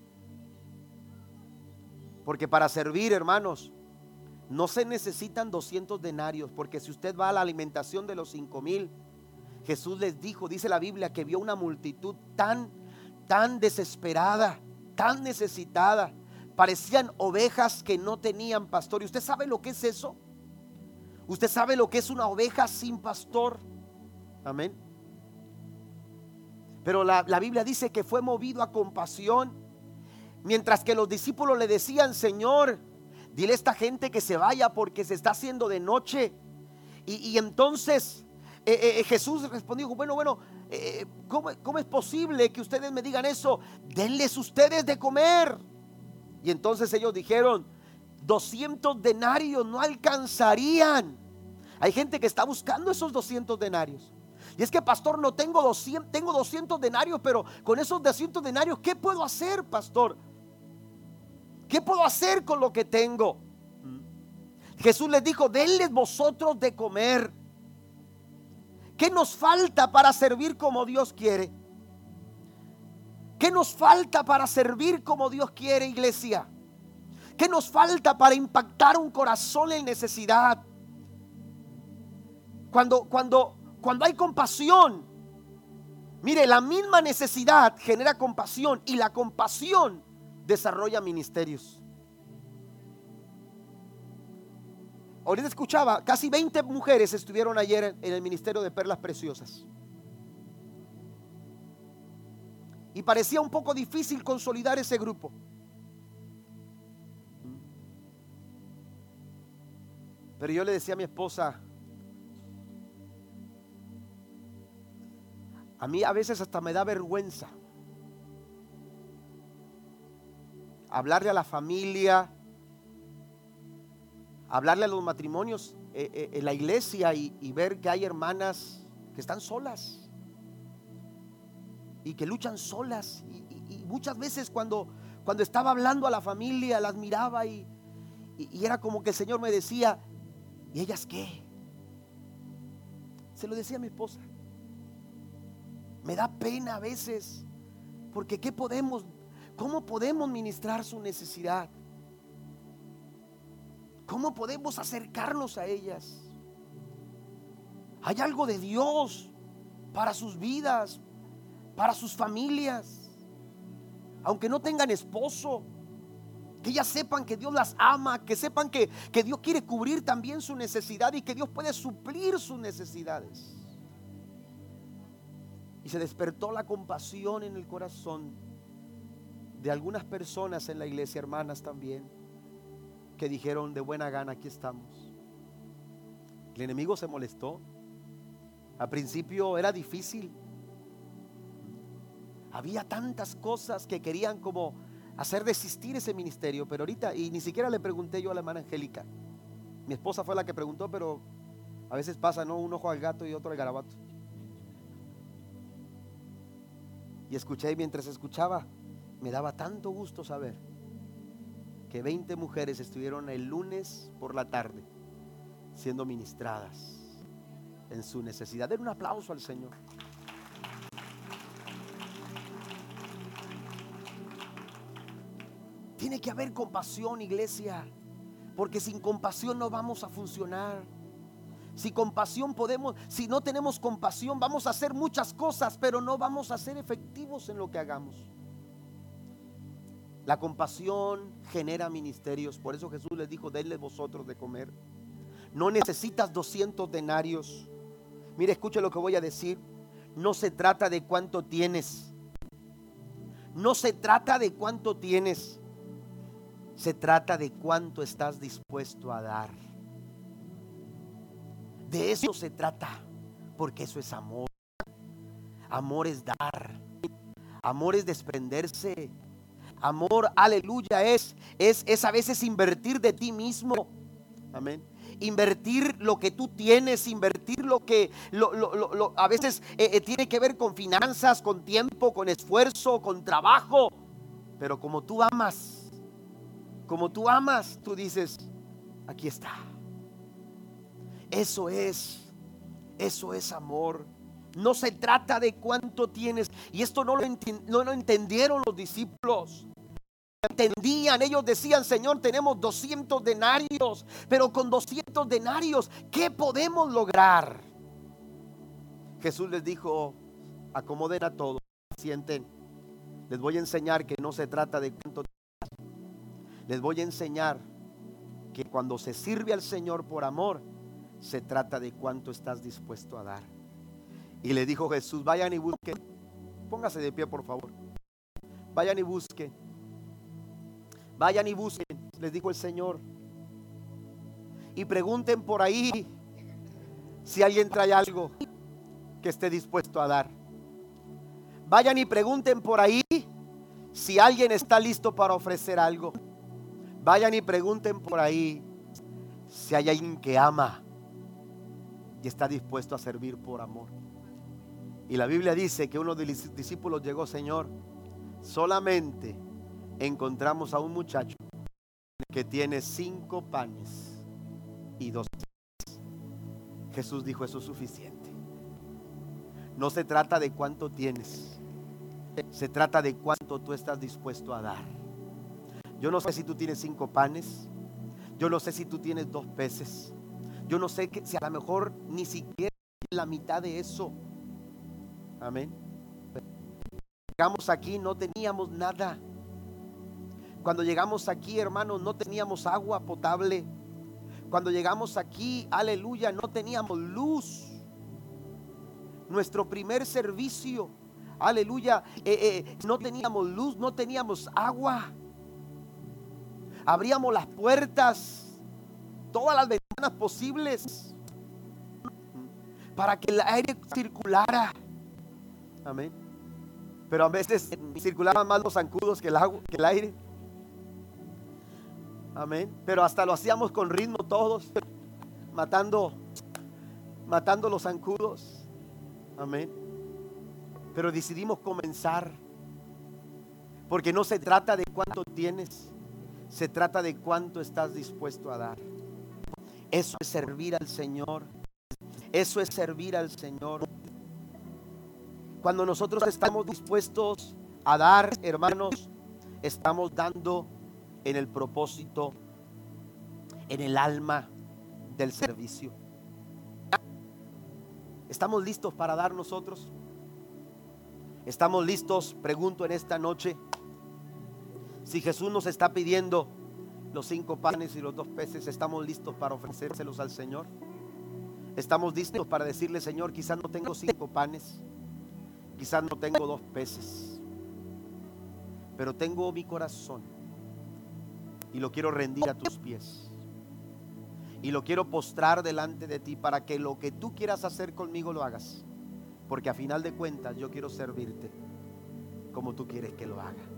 Porque para servir, hermanos, no se necesitan 200 denarios, porque si usted va a la alimentación de los 5,000, Jesús les dijo, dice la Biblia, que vio una multitud tan desesperada, tan necesitada, parecían ovejas que no tenían pastor. ¿Y usted sabe lo que es eso? ¿Usted sabe lo que es una oveja sin pastor? Amén. Pero la Biblia dice que fue movido a compasión, mientras que los discípulos le decían: Señor, dile a esta gente que se vaya porque se está haciendo de noche. Y entonces Jesús respondió, bueno, ¿cómo es posible que ustedes me digan eso? Denles ustedes de comer. Y entonces ellos dijeron, 200 denarios no alcanzarían. Hay gente que está buscando esos 200 denarios. Y es que, pastor, no tengo 200, tengo 200 denarios, pero con esos 200 denarios, ¿qué puedo hacer, pastor? ¿Qué puedo hacer con lo que tengo? Jesús les dijo, denles vosotros de comer. ¿Qué nos falta para servir como Dios quiere? ¿Qué nos falta para servir como Dios quiere, iglesia? ¿Qué nos falta para impactar un corazón en necesidad? Cuando hay compasión, mire, la misma necesidad genera compasión y la compasión desarrolla ministerios. Ahorita escuchaba, casi 20 mujeres estuvieron ayer en el Ministerio de Perlas Preciosas. Y parecía un poco difícil consolidar ese grupo. Pero yo le decía a mi esposa, a mí a veces hasta me da vergüenza hablarle a la familia, hablarle a los matrimonios en la iglesia y ver que hay hermanas que están solas y que luchan solas. Y muchas veces cuando estaba hablando a la familia las miraba y era como que el Señor me decía, ¿y ellas qué? Se lo decía a mi esposa. Me da pena a veces, porque ¿cómo podemos ministrar su necesidad? ¿Cómo podemos acercarnos a ellas? Hay algo de Dios para sus vidas, para sus familias. Aunque no tengan esposo, que ellas sepan que Dios las ama, que sepan que Dios quiere cubrir también su necesidad y que Dios puede suplir sus necesidades. Y se despertó la compasión en el corazón de algunas personas en la iglesia, hermanas también, que dijeron de buena gana, aquí estamos. El enemigo se molestó. Al principio era difícil. Había tantas cosas que querían como hacer desistir ese ministerio, pero ahorita, y ni siquiera le pregunté yo a la hermana Angélica. Mi esposa fue la que preguntó, pero a veces pasa, ¿no? Un ojo al gato y otro al garabato. Y escuché, y mientras escuchaba, me daba tanto gusto saber que 20 mujeres estuvieron el lunes por la tarde siendo ministradas en su necesidad. Den un aplauso al Señor. Tiene que haber compasión, iglesia, porque sin compasión no vamos a funcionar. Si no tenemos compasión, vamos a hacer muchas cosas, pero no vamos a ser efectivos en lo que hagamos. La compasión genera ministerios. Por eso Jesús les dijo, denle vosotros de comer. No necesitas 200 denarios. Mire, escuche lo que voy a decir. No se trata de cuánto tienes. No se trata de cuánto tienes. Se trata de cuánto estás dispuesto a dar. De eso se trata, porque eso es amor. Amor es dar. Amor es desprenderse. Amor, aleluya, es a veces invertir de ti mismo. Amén. Invertir lo que tú tienes, invertir lo que a veces tiene que ver con finanzas, con tiempo, con esfuerzo, con trabajo. Pero como tú amas, tú dices, aquí está. Eso es amor. No se trata de cuánto tienes. Y esto no lo entendieron los discípulos. Entendían, ellos decían, Señor, tenemos 200 denarios, pero con 200 denarios, ¿qué podemos lograr? Jesús les dijo, acomoden a todos, sienten. Les voy a enseñar que no se trata de cuánto tienes. Les voy a enseñar que cuando se sirve al Señor por amor, se trata de cuánto estás dispuesto a dar. Y le dijo Jesús, vayan y busquen. Póngase de pie, por favor. Vayan y busquen. Vayan y busquen, les dijo el Señor. Y pregunten por ahí si alguien trae algo. que esté dispuesto a dar. Vayan y pregunten por ahí si alguien está listo para ofrecer algo. Vayan y pregunten por ahí si hay alguien que ama y está dispuesto a servir por amor. Y la Biblia dice que uno de los discípulos llegó: Señor, solamente encontramos a un muchacho que tiene 5 panes y 2 peces. Jesús dijo: eso es suficiente. No se trata de cuánto tienes, se trata de cuánto tú estás dispuesto a dar. Yo no sé si tú tienes 5 panes, yo no sé si tú tienes 2 peces, yo no sé si a lo mejor ni siquiera la mitad de eso. Amén. Llegamos aquí, no teníamos nada. Cuando llegamos aquí, hermanos, no teníamos agua potable. Cuando llegamos aquí, aleluya, no teníamos luz. Nuestro primer servicio, aleluya, no teníamos luz, no teníamos agua. Abríamos las puertas, todas las ventanas posibles, para que el aire circulara. Amén. Pero a veces circulaban más los zancudos que el aire. Amén. Pero hasta lo hacíamos con ritmo todos, matando los zancudos. Amén. Pero decidimos comenzar, porque no se trata de cuánto tienes, se trata de cuánto estás dispuesto a dar. Eso es servir al Señor. Eso es servir al Señor. Cuando nosotros estamos dispuestos a dar, hermanos, estamos dando en el propósito, en el alma del servicio. ¿Estamos listos para dar nosotros? ¿Estamos listos? Pregunto en esta noche. Si Jesús nos está pidiendo los 5 panes y los 2 peces, ¿estamos listos para ofrecérselos al Señor? ¿Estamos listos para decirle: Señor, quizás no tengo 5 panes, quizás no tengo 2 peces, pero tengo mi corazón y lo quiero rendir a tus pies, y lo quiero postrar delante de ti para que lo que tú quieras hacer conmigo lo hagas, porque a final de cuentas yo quiero servirte como tú quieres que lo haga.